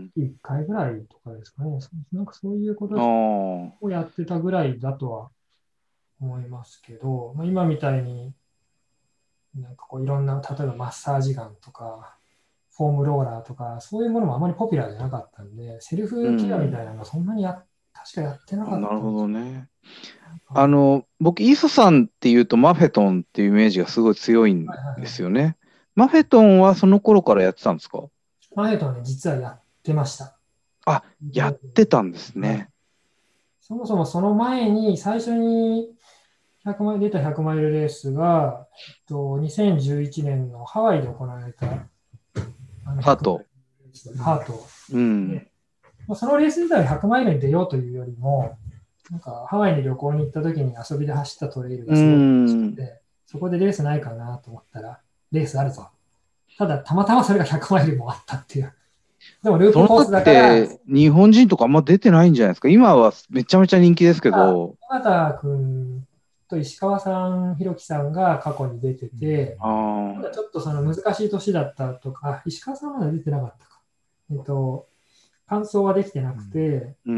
[SPEAKER 2] いっかいぐらいとかですかね。そなんかそういうこと
[SPEAKER 4] ああ。
[SPEAKER 2] をやってたぐらいだとは思いますけど、まあ、今みたいになんかこういろんな、例えばマッサージガンとか、フォームローラーとか、そういうものもあまりポピュラーじゃなかったんで、セルフケアみたいなのはそんなにや、確かやってなかったん
[SPEAKER 4] なるほどね。
[SPEAKER 2] あ
[SPEAKER 4] あの、僕、イーソさんっていうとマフェトンっていうイメージがすごい強いんですよね。マフェトンはその頃からやってたんですか？
[SPEAKER 2] マフェトンね、実はやってました。
[SPEAKER 4] あ、やってたんですね。
[SPEAKER 2] そもそもその前に、最初にひゃくマイル出たひゃくマイルレースが、えっと、にせんじゅういちねんのハワイで行われた、あの
[SPEAKER 4] ハート。
[SPEAKER 2] ハート。
[SPEAKER 4] うん。
[SPEAKER 2] でそのレース自体はひゃくマイルに出ようというよりも、なんかハワイに旅行に行った時に遊びで走ったトレイルがすごく楽しくて、そこでレースないかなと思ったら、レースあるぞ。ただ、たまたまそれがひゃくマイルもあったっていう。でもループコースだから。
[SPEAKER 4] その時って日本人とかあんま出てないんじゃないですか。今はめちゃめちゃ人気ですけど。
[SPEAKER 2] 尾形君と石川さん、ひろきさんが過去に出てて、
[SPEAKER 4] あ
[SPEAKER 2] まだちょっとその難しい年だったとか、あ石川さんはまだ出てなかったか。えっと、完走はできてなくて、
[SPEAKER 4] うん。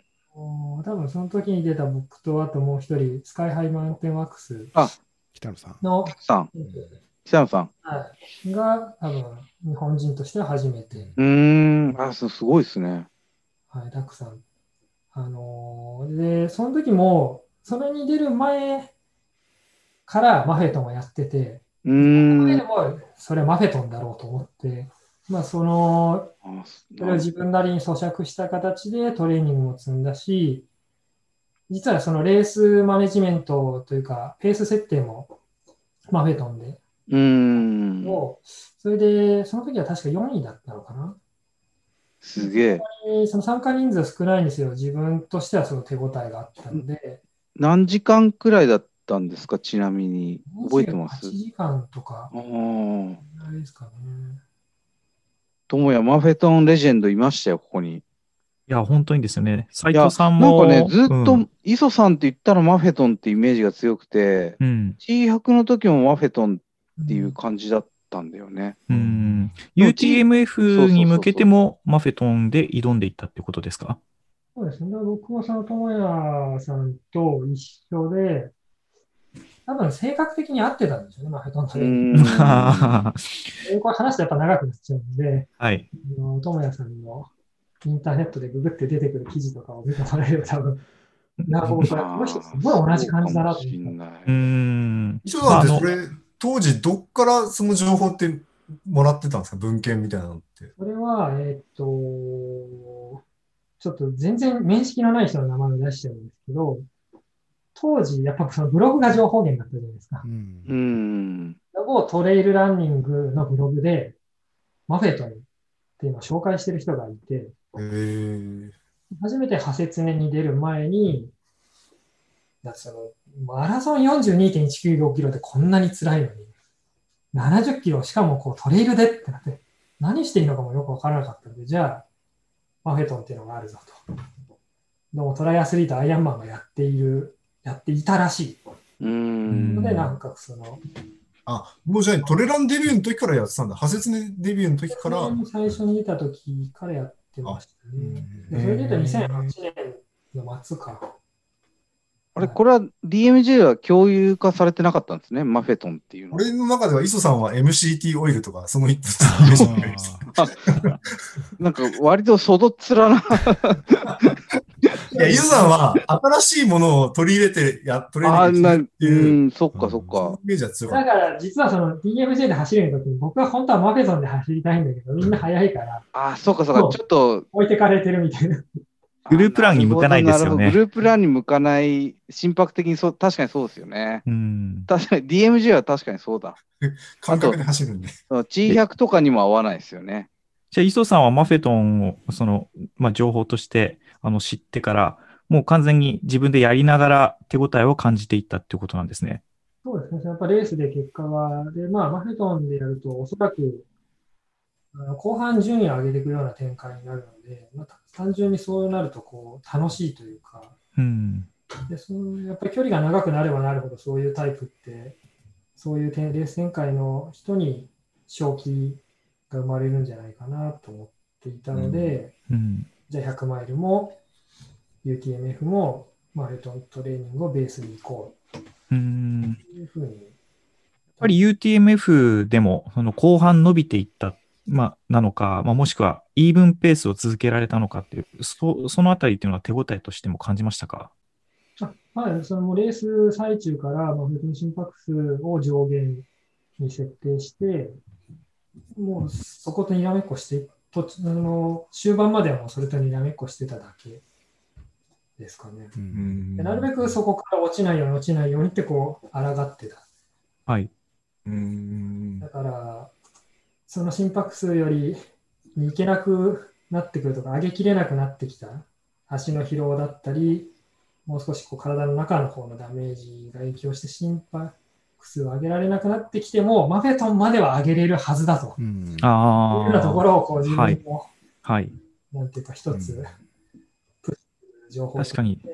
[SPEAKER 2] 多分その時に出た僕とあともう一人、スカイハイマウンテンワックス
[SPEAKER 1] 北野さん。
[SPEAKER 2] の
[SPEAKER 4] さん。北野さん。
[SPEAKER 2] はい、が多分日本人としては初めて。
[SPEAKER 4] うーん。あ、すごいですね。
[SPEAKER 2] はい、たくさん。あのー、で、その時も、それに出る前からマフェトンをやってて、
[SPEAKER 4] うーん。
[SPEAKER 2] でもそれはマフェトンだろうと思って、まあ、その、それを自分なりに咀嚼した形でトレーニングも積んだし、実はそのレースマネジメントというか、ペース設定もマフェトンで。
[SPEAKER 4] うーん。
[SPEAKER 2] それで、その時は確かよんいだったのかな。
[SPEAKER 4] すげえ。
[SPEAKER 2] その参加人数少ないんですよ。自分としてはその手応えがあったので。
[SPEAKER 4] 何時間くらいだったんですか、ちなみに。覚えてます？
[SPEAKER 2] はちじかんとか。
[SPEAKER 4] ああ。
[SPEAKER 2] あれですかね。
[SPEAKER 4] ともやマフェトンレジェンドいましたよ、ここに。
[SPEAKER 5] いや、本当にですよね。斉藤さんも。
[SPEAKER 4] なんかね、ずっと、
[SPEAKER 5] うん、
[SPEAKER 4] 磯さんって言ったらマフェトンってイメージが強くて、
[SPEAKER 5] うん、
[SPEAKER 4] シーひゃく の時もマフェトンっていう感じだったんだよね。
[SPEAKER 5] うん。ユーティーエムエフ に向けてもマフェトンで挑んでいったってことですか？
[SPEAKER 2] そうですね。僕もその友也さんと一緒で、多分性格的に合ってたんですよね、マフェトントレーニング。これ話すとやっぱ長くなっちゃうんで、はい、友也さんのインターネットでググって出てくる記事とかを見てもらえれば多分、なるほど、この人すごい同じ感じだなと思った。
[SPEAKER 3] うん。一緒なんで、それ、当時どっからその情報ってもらってたんですか、文献みたいなのって。
[SPEAKER 2] それは、えー、っと、ちょっと全然面識のない人の名前を出してるんですけど、当時、やっぱそのブログが情報源だったじゃないですか。うん。をトレイルランニングのブログで、マフェトンっていうのを紹介してる人がいて、初めて派切ねに出る前に、だそのマラソン よんじゅうにてんいちきゅうご キロでこんなに辛いのに、ななじゅっキロしかもこうトレイルでってなって、何していいのかもよくわからなかったので、じゃあ、マフェトンっていうのがあるぞと。でもトライアスリートアイアンマンがやっている、やっていたらしい。うんので、なんかその、
[SPEAKER 3] あ、もうじゃあトレランデビューの時からやってたんだ。派切ねデビューの時から。
[SPEAKER 2] 最初に出た時からやってましたね。それで言うとにせんはちねんの末か。
[SPEAKER 4] あれ、これは ディーエムジェー は共有化されてなかったんですね、マフェトンっていうの。
[SPEAKER 3] 俺の中では、磯さんは エムシーティー オイルとか、その一つ。
[SPEAKER 4] なんか、割とそどっつらな。
[SPEAKER 3] いや、磯さんは新しいものを取り入れてや、トレーニングするっていう。
[SPEAKER 4] うん、そっかそっか。
[SPEAKER 3] イメージは強か
[SPEAKER 2] った。だから、実はその ディーエムジェー で走るときに、僕は本当はマフェトンで走りたいんだけど、みんな速いから。
[SPEAKER 4] あ、そっかそっか、ちょっと。
[SPEAKER 2] 置いてかれてるみたいな。
[SPEAKER 5] グループランに向かないですよね。
[SPEAKER 4] グループランに向かない、心拍的にそう、確かにそうですよね。うん、確かに ディーエムジェー は確かにそうだ。
[SPEAKER 3] 感覚で走るんで。
[SPEAKER 4] ジーひゃく とかにも合わないですよね。
[SPEAKER 5] じゃあ、磯さんはマフェトンを、その、まあ、情報としてあの知ってから、もう完全に自分でやりながら手応えを感じていったっていうことなんですね。
[SPEAKER 2] そうですね。やっぱレースで結果は、で、まあ、マフェトンでやると、おそらく、後半順位を上げていくような展開になるので、まあ、単純にそうなるとこう楽しいというか、うん、でそのやっぱり距離が長くなればなるほどそういうタイプってそういうレース展開の人に勝機が生まれるんじゃないかなと思っていたので、うんうん、じゃあひゃくマイルも ユーティーエムエフ もマフェトントレーニングをベースに行こうというふうに。やっ
[SPEAKER 5] ぱり ユーティーエムエフ でもその後半伸びていったまあ、なのか、まあ、もしくはイーブンペースを続けられたのかっていう、そ, そのあたりっていうのは手応えとしても感じましたか？
[SPEAKER 2] あはい、そのレース最中から、まあ、心拍数を上限に設定して、もうそことにらめっこして、とあの終盤まではもうそれとにらめっこしてただけですかね。うん、でなるべくそこから落ちないように落ちないようにってこう抗ってた。
[SPEAKER 5] はい。
[SPEAKER 2] うんだからその心拍数よりに行けなくなってくるとか、上げきれなくなってきた足の疲労だったり、もう少しこう体の中の方のダメージが影響して心拍数を上げられなくなってきても、マフェトンまでは上げれるはずだと。うん、あいうようなところをこう自分も、
[SPEAKER 5] はい、
[SPEAKER 2] なんていうか一つ、うん、プッシュ情報
[SPEAKER 5] 確かに。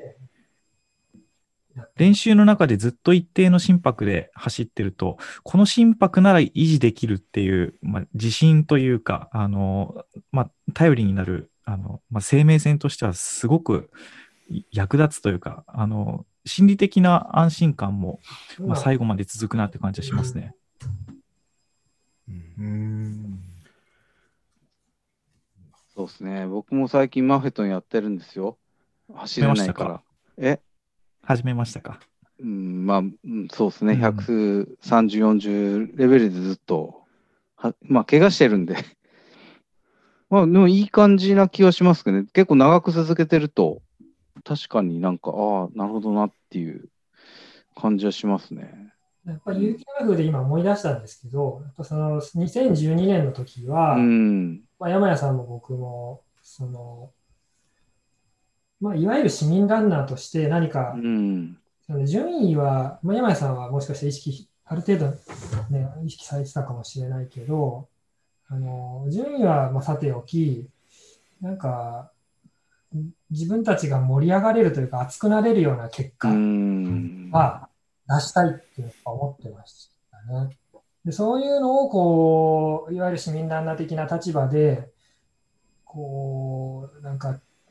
[SPEAKER 5] 練習の中でずっと一定の心拍で走ってると、この心拍なら維持できるっていう、まあ、自信というか、あの、まあ、頼りになる、あの、まあ、生命線としてはすごく役立つというか、あの、心理的な安心感も、まあ、最後まで続くなって感じがしますね。
[SPEAKER 4] うん、そうですね。僕も最近マフェトンやってるんですよ。走れないから。え
[SPEAKER 5] 始めましたか？
[SPEAKER 4] うん、まあ、そうですね。ひゃくさんじゅう、よんじゅうレベルでずっと、はまあ、怪我してるんで。まあ、でもいい感じな気はしますけどね。結構長く続けてると、確かになんか、ああ、なるほどなっていう感じはしますね。
[SPEAKER 2] やっぱり ユーティーエムエフ で今思い出したんですけど、やっぱそのにせんじゅうにねんの時は、うんまあ、山谷さんも僕も、その、まあ、いわゆる市民ランナーとして何か、うん、その順位は、まあ、山谷さんはもしかして意識、ある程度、ね、意識されてたかもしれないけど、あの順位はまあさておき、なんか、自分たちが盛り上がれるというか、熱くなれるような結果は出したいっていうのを思ってましたね。でそういうのをこう、いわゆる市民ランナー的な立場で、こう、なんか、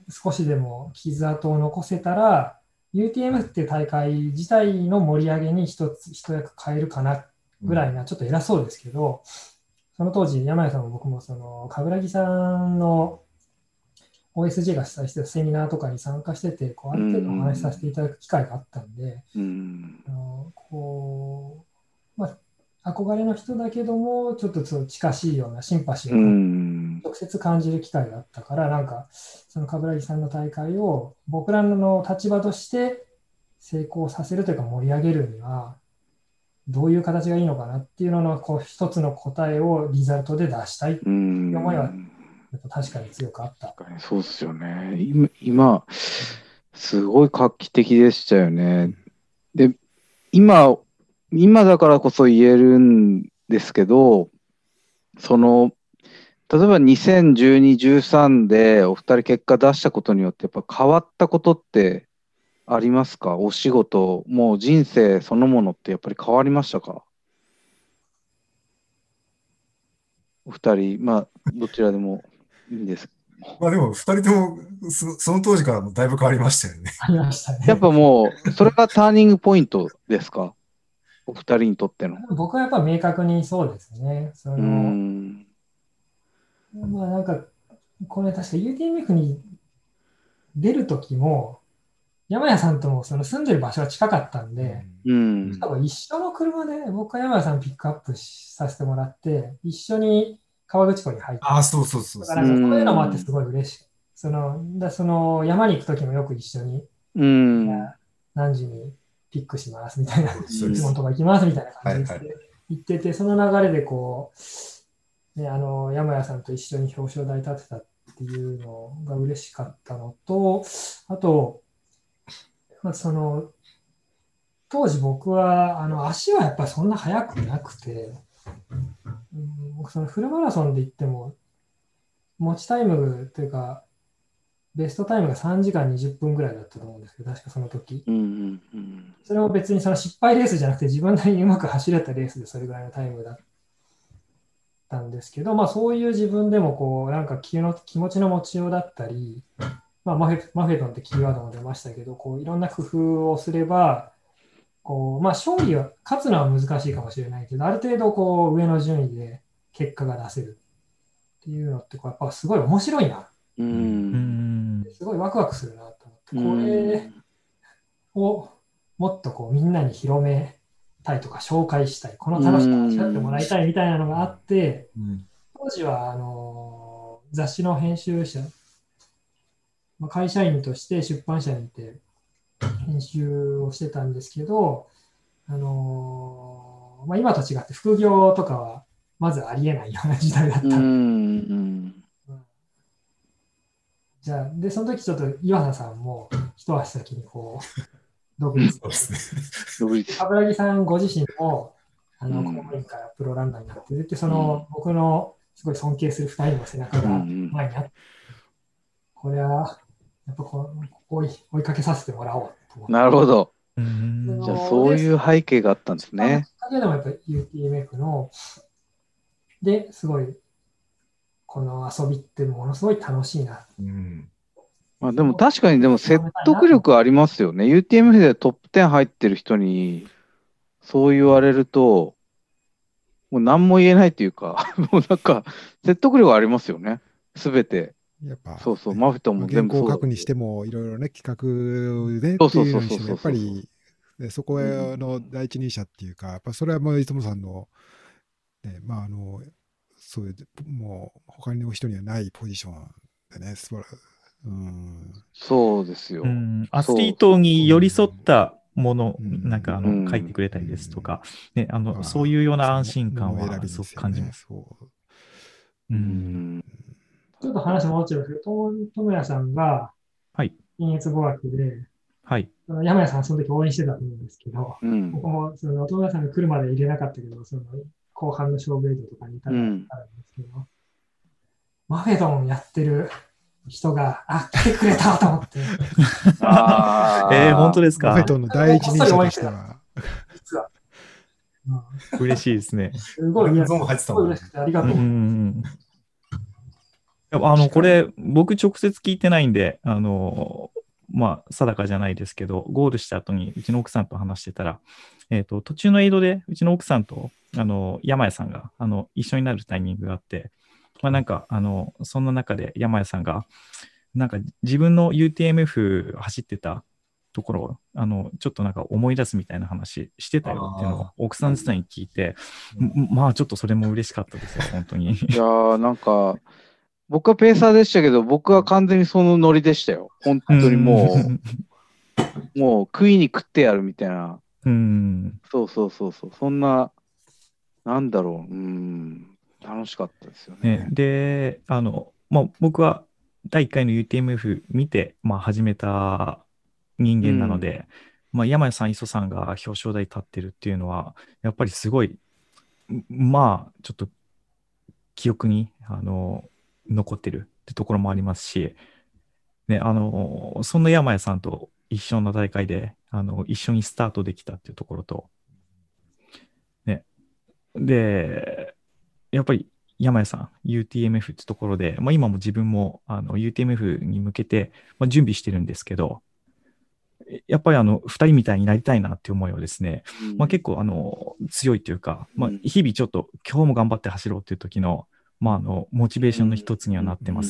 [SPEAKER 2] 少しでも傷跡を残せたら、ユーティーエム っていう大会自体の盛り上げに一つ一役変えるかなぐらいな、ちょっと偉そうですけど、その当時、山谷さんも僕もその冠城さんの オーエスジェー が主催してたセミナーとかに参加してて、こうある程度お話しさせていただく機会があったんで、
[SPEAKER 4] うん
[SPEAKER 2] あのこうまあ、憧れの人だけども、ちょっとそう近しいようなシンパシーを直接感じる機会があったから、なんか、その冠城さんの大会を僕らの立場として成功させるというか盛り上げるには、どういう形がいいのかなっていうののこう一つの答えをリザルトで出したいっていう思いはやっぱ確かに強くあった。
[SPEAKER 4] 確かにそうですよね。今、今すごい画期的でしたよね。で、今、今だからこそ言えるんですけど、その、例えばにせんじゅうに、じゅうさんでお二人結果出したことによってやっぱ変わったことってありますか？お仕事、もう人生そのものってやっぱり変わりましたか？お二人、まあ、どちらでもいいんです。
[SPEAKER 3] まあでも、二人ともそ、その当時からもだいぶ変わりましたよね。
[SPEAKER 2] ありましたね。
[SPEAKER 4] やっぱもう、それがターニングポイントですか？お二人にとっての。
[SPEAKER 2] 僕はやっぱ明確にそうですね。その、
[SPEAKER 4] うーん。
[SPEAKER 2] まあなんか、これ確か ユーティーエムエフ に出るときも、山谷さんともその住んでる場所が近かったんで、
[SPEAKER 4] うん。
[SPEAKER 2] 多分一緒の車で僕は山谷さんピックアップさせてもらって、一緒に川口湖に入って、
[SPEAKER 3] ああ、そうそうそうそう。
[SPEAKER 2] だからなんかそういうのもあってすごい嬉しい。その、だその山に行くときもよく一緒に、
[SPEAKER 4] うん。
[SPEAKER 2] 何時にピックしますみたいな、
[SPEAKER 3] そうです
[SPEAKER 2] いつものとこ行きますみたいな感じで
[SPEAKER 3] はいはい
[SPEAKER 2] 行ってて、その流れでこう、ね、あの山谷さんと一緒に表彰台立てたっていうのが嬉しかったのと、あと、まあ、その当時僕はあの足はやっぱりそんな速くなくて、うん、僕そのフルマラソンで言っても持ちタイムというかベストタイムがさんじかんにじゅっぷんぐらいだったと思うんですけど、確かその時、
[SPEAKER 4] うんうんうん、
[SPEAKER 2] それも別にその失敗レースじゃなくて自分なりにうまく走れたレースでそれぐらいのタイムだったんですけど、まあ、そういう自分でもこうなんか気の気持ちの持ちようだったり、まあ、マフェ、マフェトンってキーワードも出ましたけど、こういろんな工夫をすればこう、まあ、勝利は勝つのは難しいかもしれないけど、ある程度こう上の順位で結果が出せるっていうのってこうやっぱすごい面白いな、
[SPEAKER 4] うん、
[SPEAKER 2] すごいワクワクするなと思って、これをもっとこうみんなに広めたいとか紹介したい、この楽しさを味わってもらいたいみたいなのがあって、当時はあの雑誌の編集者、会社員として出版社にいて編集をしてたんですけど、あのーまあ、今と違って副業とかはまずありえないような時代だった。うんうんじゃあでその時ちょっと岩佐さんも一足先にこう独立冠城さんご自身もあの公務員からプロランナーになっているって、その僕のすごい尊敬するふたりの背中が前にあって、これはやっぱこう追い追いかけさせてもらおうと思って。
[SPEAKER 4] なるほど。
[SPEAKER 2] じ
[SPEAKER 4] ゃあそういう背景があったんですね。
[SPEAKER 2] だけでもやっぱり ユーティーエムエフ のですごいこの遊びってものすごい楽しいな。
[SPEAKER 3] うん
[SPEAKER 4] まあ、でも確かにでも説得力ありますよね。ユーティーエムエフ でトップじゅう入ってる人にそう言われるともう何も言えないというかもうなんか説得力ありますよね。すべて。やっぱそうそう、マフェトンも全部そうだ。
[SPEAKER 1] 原稿を書くにしてもいろいろね企画でっていうのにしてもやっぱりそこの第一人者っていうか、やっぱそれはもういつもさんの、ね、まああのそういうもう他の人にはないポジションでね、素晴らしい。うん、
[SPEAKER 4] そうですよ、うん。
[SPEAKER 5] アスリートに寄り添ったもの、うん、なんかあの、うん、書いてくれたりですとか、うんね、あの、そういうような安心感はすごく感じます。
[SPEAKER 2] うん、ちょっと話戻っちゃうんですけど、友也さんが信越語学で、
[SPEAKER 5] はい、
[SPEAKER 2] 山谷さんその時応援してたと思うんですけど、うん、僕もその友也さんが来るまで入れなかったけど、その後半の勝負映像とかにいたらあるんですけど、うん、マフェドンやってる人が、あ、来てくれたと思って。
[SPEAKER 5] あえー、本当ですか。
[SPEAKER 1] マフェドンの第一人者としては。
[SPEAKER 2] 実は。
[SPEAKER 5] うん、嬉しいですね。
[SPEAKER 2] すごい、いや、すごい嬉しくてありがとう。うんうん、い
[SPEAKER 5] あの、これ、僕直接聞いてないんで、あの、まあ、定かじゃないですけど、ゴールした後にうちの奥さんと話してたら、えっと、途中のエイドでうちの奥さんと、あの、山谷さんが、あの、一緒になるタイミングがあって、まあ、なんか、あの、そんな中で山谷さんが、なんか自分の ユーティーエムエフ 走ってたところを、あの、ちょっとなんか思い出すみたいな話してたよっていうのを奥さん自体に聞いて、まあちょっとそれも嬉しかったですよ、本当に。い
[SPEAKER 4] やー、なんか、僕はペーサーでしたけど、僕は完全にそのノリでしたよ。本当にもう、もう食いに食ってやるみたいな。
[SPEAKER 5] うん。
[SPEAKER 4] そうそうそうそう。そんな、なんだろう。うん。楽しかったですよね。
[SPEAKER 5] ねで、あの、まあ僕はだいいっかいの ユーティーエムエフ 見て、まあ始めた人間なので、うん、まあ山谷さん、磯さんが表彰台立ってるっていうのは、やっぱりすごい、まあちょっと記憶に、あの、残ってるってところもありますし、ね、あの、そんな山谷さんと一緒の大会で、あの、一緒にスタートできたっていうところと、ね、で、やっぱり山谷さん、ユーティーエムエフ ってところで、まあ、今も自分もあの ユーティーエムエフ に向けて、まあ、準備してるんですけど、やっぱりあのふたりみたいになりたいなっていう思いをですね、うん、まあ、結構あの強いというか、まあ、日々ちょっと今日も頑張って走ろうっていう時の、まあ、あのモチベーションの一つにはなってます。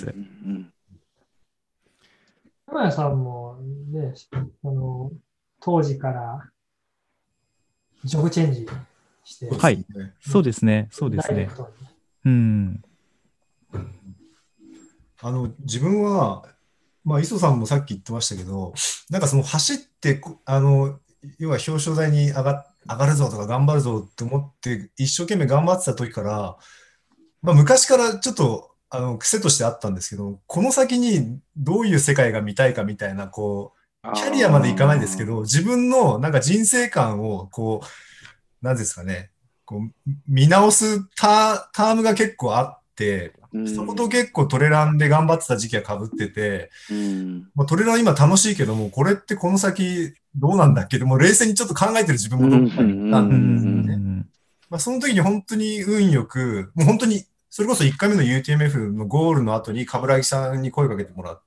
[SPEAKER 2] 山谷さんもね、あの当時からジョブチェンジして、
[SPEAKER 5] はい、そうですね、そうですね。うん。
[SPEAKER 3] あの自分は、まあ、磯さんもさっき言ってましたけど、なんかその走って、あの要は表彰台に上が上がるぞとか頑張るぞって思って一生懸命頑張ってた時から、まあ、昔からちょっとあの癖としてあったんですけど、この先にどういう世界が見たいかみたいな、こうキャリアまでいかないですけど、自分のなんか人生観をこう何ですかね、こう見直すタ、タームが結構あって、そこと結構トレランで頑張ってた時期が被ってて、うんまあ、トレラン今楽しいけども、これってこの先どうなんだっけども、冷静にちょっと考えてる自分もどっかにいたんですね。まあ、その時に本当に運よく、もう本当に、それこそいっかいめの ユーティーエムエフ のゴールの後に冠城さんに声かけてもらって、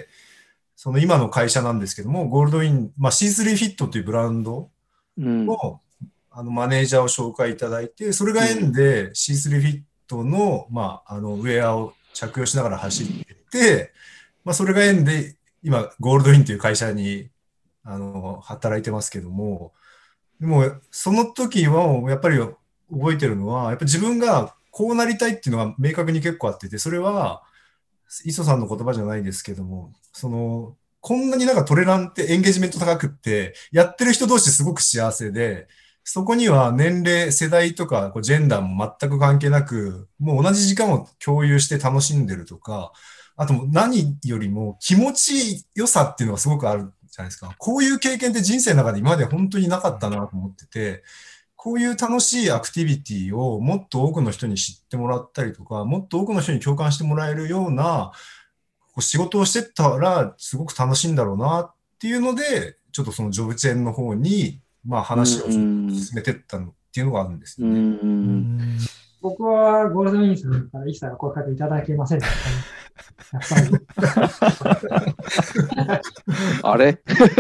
[SPEAKER 3] その今の会社なんですけども、ゴールドイン、まあ、シースリー フィットというブランドの、あのマネージャーを紹介いただいて、それが縁で シースリー フィットの、まあ、あのウェアを着用しながら走っていって、まあ、それが縁で今ゴールドインという会社にあの働いてますけども、でもその時はやっぱり覚えてるのは、やっぱり自分がこうなりたいっていうのが明確に結構あってて、それは磯さんの言葉じゃないですけども、そのこんなになんかトレランってエンゲージメント高くって、やってる人同士すごく幸せで、そこには年齢、世代とかこうジェンダーも全く関係なく、もう同じ時間を共有して楽しんでるとか、あと何よりも気持ちよさっていうのがすごくあるじゃないですか。こういう経験って人生の中で今まで本当になかったなと思ってて、こういう楽しいアクティビティをもっと多くの人に知ってもらったりとか、もっと多くの人に共感してもらえるようなこう仕事をしてったらすごく楽しいんだろうなっていうので、ちょっとそのジョブチェーンの方にまあ話を進めてったのっていうのがあるんですよね。うんうん
[SPEAKER 2] 僕はゴールドウィンさんから一切声かけいただけませんでしたね。やっ
[SPEAKER 4] ぱり。あれ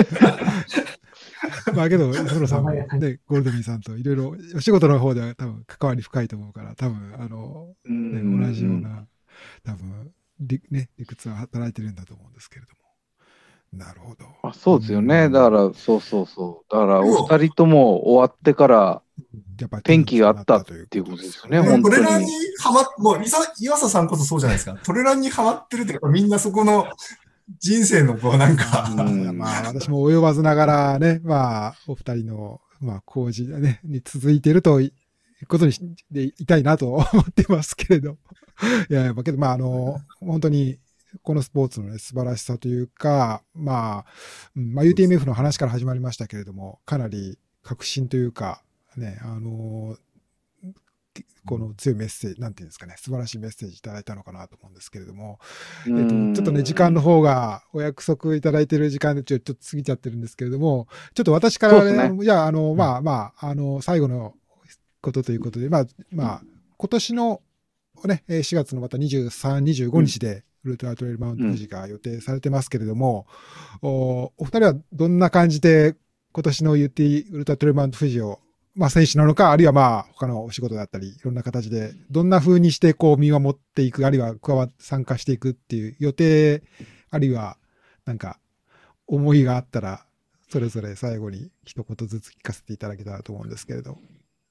[SPEAKER 1] まあけど、磯野さんも、ね、ゴールドウィンさんといろいろお仕事の方では多分関わり深いと思うから、多分あの、ね、同じような多分理、ね、理屈は働いてるんだと思うんですけれども。なるほど。
[SPEAKER 4] あ、そうですよね。だから、そうそうそう。だから、お二人とも終わってから、転機があったっていうことですよね、本当に。
[SPEAKER 3] トレランにハマっ、もう、岩佐さんこそそうじゃないですか。トレランにハマってるっていうか、みんなそこの人生のこう、なんか。
[SPEAKER 1] まあ、私も及ばずながらね、まあ、お二人の、まあ、工事ね、に続いているということにでいたいなと思ってますけれど。いや、やっぱけど、まあ、あの、本当に、このスポーツの、ね、素晴らしさというか、まあ、まあ、ユーティーエムエフ の話から始まりましたけれども、かなり革新というか、ね、あの、この強いメッセージ、なんていうんですかね、素晴らしいメッセージいただいたのかなと思うんですけれども、えっと、ちょっとね、時間の方がお約束いただいている時間でちょっと過ぎちゃってるんですけれども、ちょっと私からね、ねいや、あの、まあまあ、あの、最後のことということで、まあ、まあ、今年のね、しがつのまたにじゅうさん、にじゅうごにちで、ウルトラトレイルマウント富士が予定されてますけれども、うん、お, お二人はどんな感じで今年の ユーティー ウルトラトレイルマウント富士を、まあ選手なのか、あるいはまあ他のお仕事だったり、いろんな形で、どんな風にしてこう見守っていく、あるいは加わ参加していくっていう予定、あるいはなんか思いがあったら、それぞれ最後に一言ずつ聞かせていただけたらと思うんですけれど。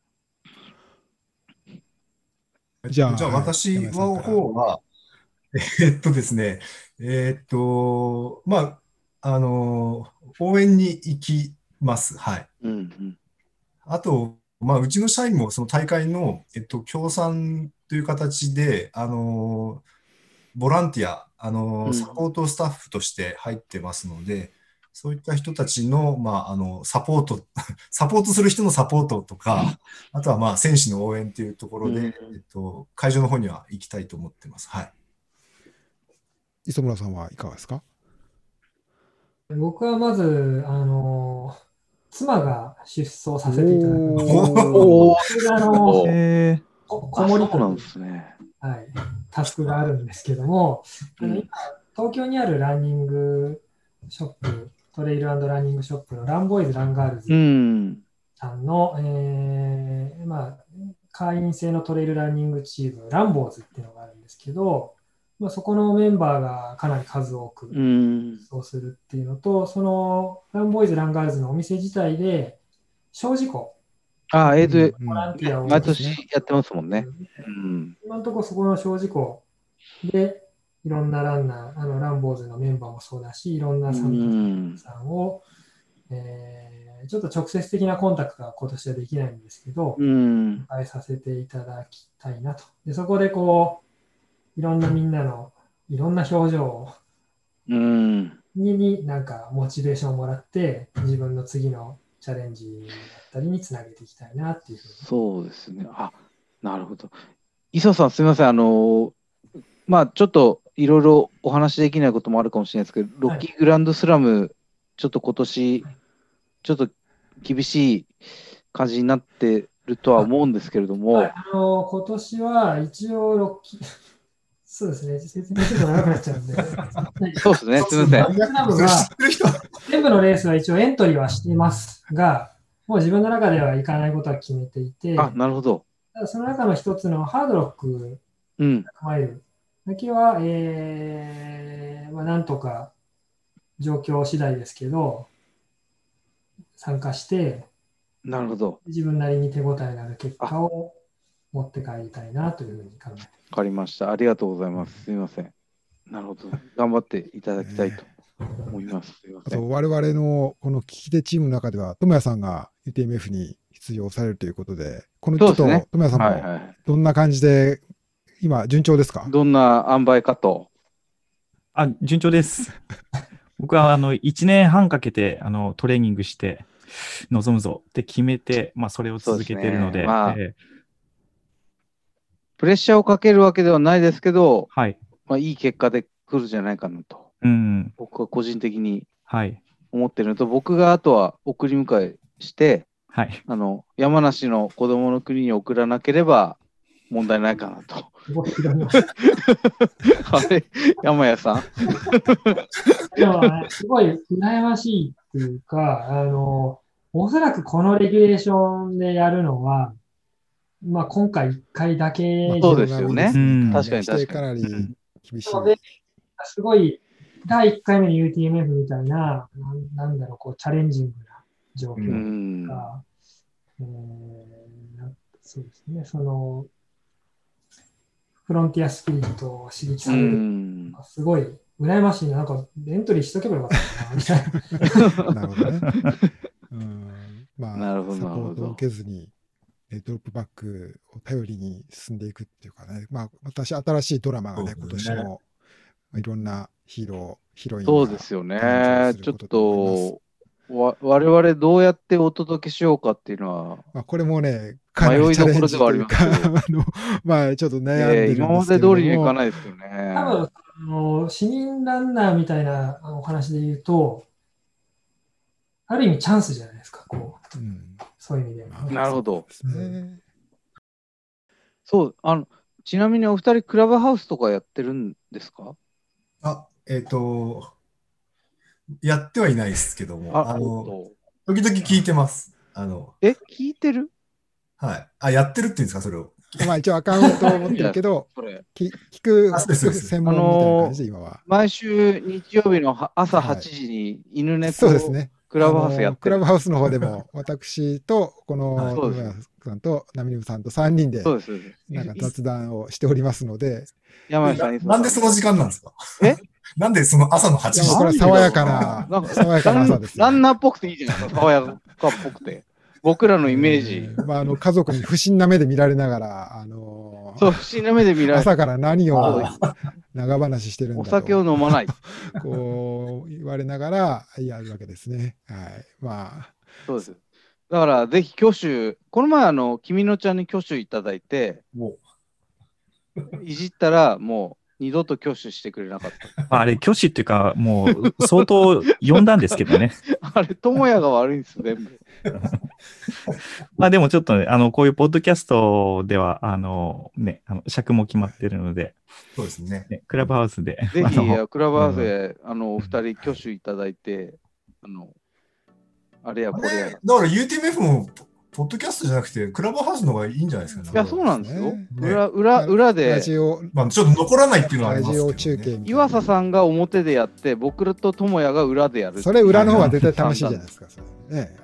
[SPEAKER 3] じゃあ、じゃあ私の方は、えっとですね、えっと、まあ、あの、応援に行きます。はい。
[SPEAKER 4] うんうん、
[SPEAKER 3] あと、まあ、うちの社員もその大会の、えっと、協賛という形で、あの、ボランティア、あの、サポートスタッフとして入ってますので、うん、そういった人たちの、まあ、あの、サポート、サポートする人のサポートとか、あとはまあ、選手の応援というところで、うん、えっと、会場の方には行きたいと思ってます。はい。
[SPEAKER 1] 磯村さんはいかがですか？
[SPEAKER 2] 僕はまず、あの、妻が出走させていただくので、
[SPEAKER 4] おー、
[SPEAKER 2] あの、
[SPEAKER 4] えー、
[SPEAKER 2] こもりと
[SPEAKER 4] なんですね。
[SPEAKER 2] はい、タスクがあるんですけども、うん、あの今、東京にあるランニングショップ、トレイル&ランニングショップのランボーイズ・ランガールズさんの、うん、えー、まあ、会員制のトレイルランニングチーム、ランボーズっていうのがあるんですけど、まあ、そこのメンバーがかなり数多くそうするっていうのと、うん、そのランボーイズ・ランガールズのお店自体で小事故、
[SPEAKER 4] ああ、えーと、
[SPEAKER 2] ボランティアを
[SPEAKER 4] 毎年やってますもんね。
[SPEAKER 2] うん、今のところそこの小事故でいろんなランナー、あのランボーズのメンバーもそうだし、いろんな参加者さんを、うん、えー、ちょっと直接的なコンタクトは今年はできないんですけど、うん、お会いさせていただきたいなと。でそこでこういろんなみんなのいろんな表情に、になんかモチベーションをもらって自分の次のチャレンジだったりにつなげていきたいなっていうふうに。
[SPEAKER 4] そうですね。あ、なるほど。磯さんすみません。あのまあちょっといろいろお話できないこともあるかもしれないですけど、ロッキーグランドスラム、はい、ちょっと今年ちょっと厳しい感じになってるとは思うんですけれども、
[SPEAKER 2] はい、あの今年は一応ロッキーそうですね、説明すると長くなっちゃうんで。
[SPEAKER 4] そうですね、すみません。
[SPEAKER 2] 全部のレースは一応エントリーはしていますが、もう自分の中では行かないことは決めていて、
[SPEAKER 4] あ、なるほど。
[SPEAKER 2] その中の一つのハードロックひゃくマイルだけは、うん、えーまあ、なんとか状況次第ですけど、参加して、
[SPEAKER 4] なるほど。
[SPEAKER 2] 自分なりに手応えのある結果を持って帰りたいなというふうに考えています。
[SPEAKER 4] わかりました。ありがとうございます。すみません。なるほど。頑張っていただきたいと思います。すみません。
[SPEAKER 1] あと我々のこの聞き手チームの中では、智也さんが ユーティーエムエフ に出場されるということで、このちょっと智也さんもどんな感じで、今、順調ですか？
[SPEAKER 4] どんな塩梅かと。
[SPEAKER 5] あ、順調です。僕はあのいちねんはんかけてあのトレーニングして臨むぞって決めて、まあ、それを続けているので、
[SPEAKER 4] まあえープレッシャーをかけるわけではないですけど、
[SPEAKER 5] はい、
[SPEAKER 4] まあ、いい結果で来るんじゃないかなと、
[SPEAKER 5] うん、
[SPEAKER 4] 僕は個人的に思ってるのと、はい、僕があとは送り迎えして、
[SPEAKER 5] はい、
[SPEAKER 4] あの山梨の子どもの国に送らなければ問題ないかなと。あれ、山谷さん
[SPEAKER 2] でも、ね、すごい羨ましいっていうか、あの、おそらくこのレギュレーションでやるのは、まあ、今回いっかいだけ
[SPEAKER 4] そうですよね。うん、確かに確かに。
[SPEAKER 1] かなり厳しい。
[SPEAKER 2] のですごい、だいいっかいめの ユーティーエムエフ みたいな、な、なんだろう、こう、チャレンジングな状況とか、うん、えー、そうですね、その、フロンティアスピリットを刺激される、すごい、羨ましいな、なんか、エントリーしとけばよかったな、みたいな。
[SPEAKER 1] なるほどね。うん、まあ、
[SPEAKER 4] なるほど、
[SPEAKER 1] サポートを受けずに、ドロップバックを頼りに進んでいくっていうかね、まあ、私、新しいドラマがね、今年もいろんなヒーロー、ヒロインが
[SPEAKER 4] そうですよね。ちょっと、わ我々どうやってお届けしようかっていうのは、
[SPEAKER 1] まあ、これもね、かなりチャレンジというか、まあ、ちょっと悩んでるんですけども、
[SPEAKER 4] 今まで通りにはいかないですよね。
[SPEAKER 2] 多分、あの市民ランナーみたいなお話で言うと、ある意味チャンスじゃないですか、こう。うん、そういう意味で。
[SPEAKER 4] なるほど。そう、あの、 ちなみにお二人、クラブハウスとかやってるんですか？
[SPEAKER 3] あ、えっ、ー、と、やってはいないですけども、あ
[SPEAKER 4] あ
[SPEAKER 3] の、時々聞いてます。あの、
[SPEAKER 4] え、聞いてる？
[SPEAKER 3] はい。あ、やってるって言うんですか、それを。
[SPEAKER 1] まあ一応アカウントを持ってるけど、聞く専門みたいな感じで今は。
[SPEAKER 4] 毎週日曜日の朝はちじに犬猫、
[SPEAKER 1] そうですね。
[SPEAKER 4] クラブハウスやってる。
[SPEAKER 1] クラブハウスの方でも私とこの野村さんとナミニムさんとさんにんでなんか雑談をしておりますので。
[SPEAKER 4] 山井さん、
[SPEAKER 3] なんでその時間なんですか？
[SPEAKER 4] え？
[SPEAKER 3] なんでその朝のはちじ？
[SPEAKER 1] これ爽やかな爽やかな朝です、
[SPEAKER 4] ね。ランナーっぽくていいじゃないですか。爽やかっぽくて。僕らのイメージ。
[SPEAKER 1] えーまあ、あの家族に不審な目で見られながら、あのー、
[SPEAKER 4] そう、不審な目で見られ
[SPEAKER 1] 朝から何を長話してるんだと。
[SPEAKER 4] お酒を飲まない。
[SPEAKER 1] こう言われながらやるわけですね。はい。まあ。
[SPEAKER 4] そうです。だからぜひ挙手、この前あの、君のちゃんに挙手いただいて、もういじったらもう二度と挙手してくれなかった。
[SPEAKER 5] あれ、挙手っていうか、もう相当呼んだんですけどね。
[SPEAKER 4] あれ、智也が悪いんです、全部。
[SPEAKER 5] まあでもちょっとね、あの、こういうポッドキャストでは、あの、ね、あの尺も決まってるので、
[SPEAKER 3] そうですね。
[SPEAKER 5] ねクラブハウスで。
[SPEAKER 4] ぜひ、クラブハウスで、うん、あの、お二人挙手いただいて、あの、あれやこれや。
[SPEAKER 3] だから ユーティーエムエフ も、ポッドキャストじゃなくて、クラブハウスの方がいいんじゃないですかね。
[SPEAKER 4] いや、そうなんですよ。ね、裏、裏、裏で。
[SPEAKER 1] ラジオ、
[SPEAKER 3] まあ、ちょっと残らないっていうのはありますけど、ね。
[SPEAKER 1] ラジオ中継。
[SPEAKER 4] 岩佐さんが表でやって、僕らと智也が裏でやる。
[SPEAKER 1] それ裏の方が絶対楽しいじゃないですか。それね。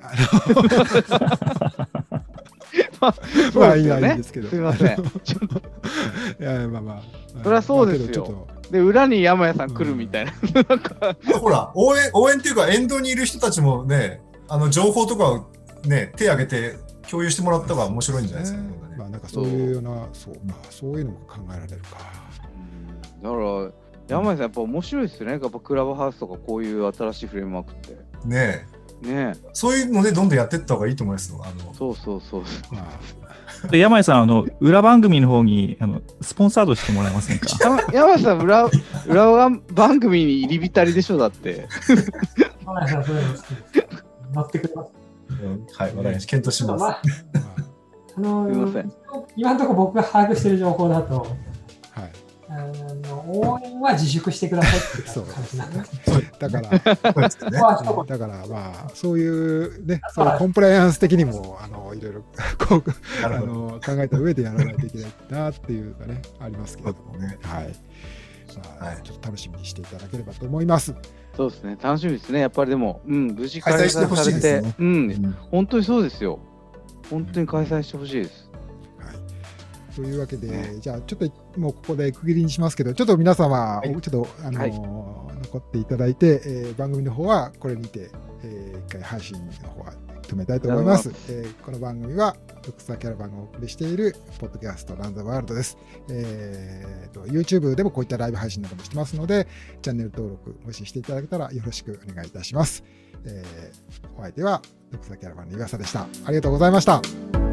[SPEAKER 1] まあ、まあ、いいんですけど。
[SPEAKER 4] すみません。い
[SPEAKER 1] や、まあまあ。
[SPEAKER 4] そりゃそうですよ。で、裏に山谷さん来るみたいな。なんか
[SPEAKER 3] ほら、応援、応援っていうか、沿道にいる人たちもね、あの、情報とかをね、手挙げて共有してもらった方が面白いんじゃないですか。ね、
[SPEAKER 1] まあ、なんかそういうような、そうか、そういうのも考えられるか。
[SPEAKER 4] だから、山谷さん、やっぱ面白いですよね。やっぱクラブハウスとかこういう新しいフレームワークって。
[SPEAKER 3] ねえ。
[SPEAKER 4] ね、
[SPEAKER 3] そういうのでどんどんやっていった方がいいと思いますよ。あの
[SPEAKER 4] そうそうそう。
[SPEAKER 5] で山井さん、あの裏番組の方にあのスポンサードしてもらえませんか？
[SPEAKER 4] 山井さん裏、裏番組に入り浸りでしょ、だって。
[SPEAKER 2] 山井さん、そういうの好き。乗ってくれます。
[SPEAKER 3] うん、はい、わかりました。検討します。まあ、
[SPEAKER 2] あの
[SPEAKER 4] すみません。
[SPEAKER 2] 今のところ僕が把握している情報だと、
[SPEAKER 1] はい、
[SPEAKER 2] あの応援は自粛してくださいって感じなんです。
[SPEAKER 1] だから、だからまあそういうね、そういうコンプライアンス的にもあのいろいろこうあの考えた上でやらないといけないなっていうかねありますけれどもね、はい。まあ、ちょっと楽しみにしていただければと思います。
[SPEAKER 4] そうですね、楽しみですね。やっぱりでも、うん、無事開催されて、ね、うん、うん、本当にそうですよ。本当に開催してほしいです。
[SPEAKER 1] というわけで、ね、じゃあちょっともうここで区切りにしますけど、ちょっと皆様、はい、ちょっとあのーはい、残っていただいて、えー、番組の方はこれにて、えー、一回配信の方は止めたいと思います。えー、この番組はドクターキャラバンがお送りしているポッドキャストランザワールドです。えー、と YouTube でもこういったライブ配信などもしてますので、チャンネル登録もししていただけたらよろしくお願いいたします。えー、お相手はドクターキャラバンの岩佐でした。ありがとうございました。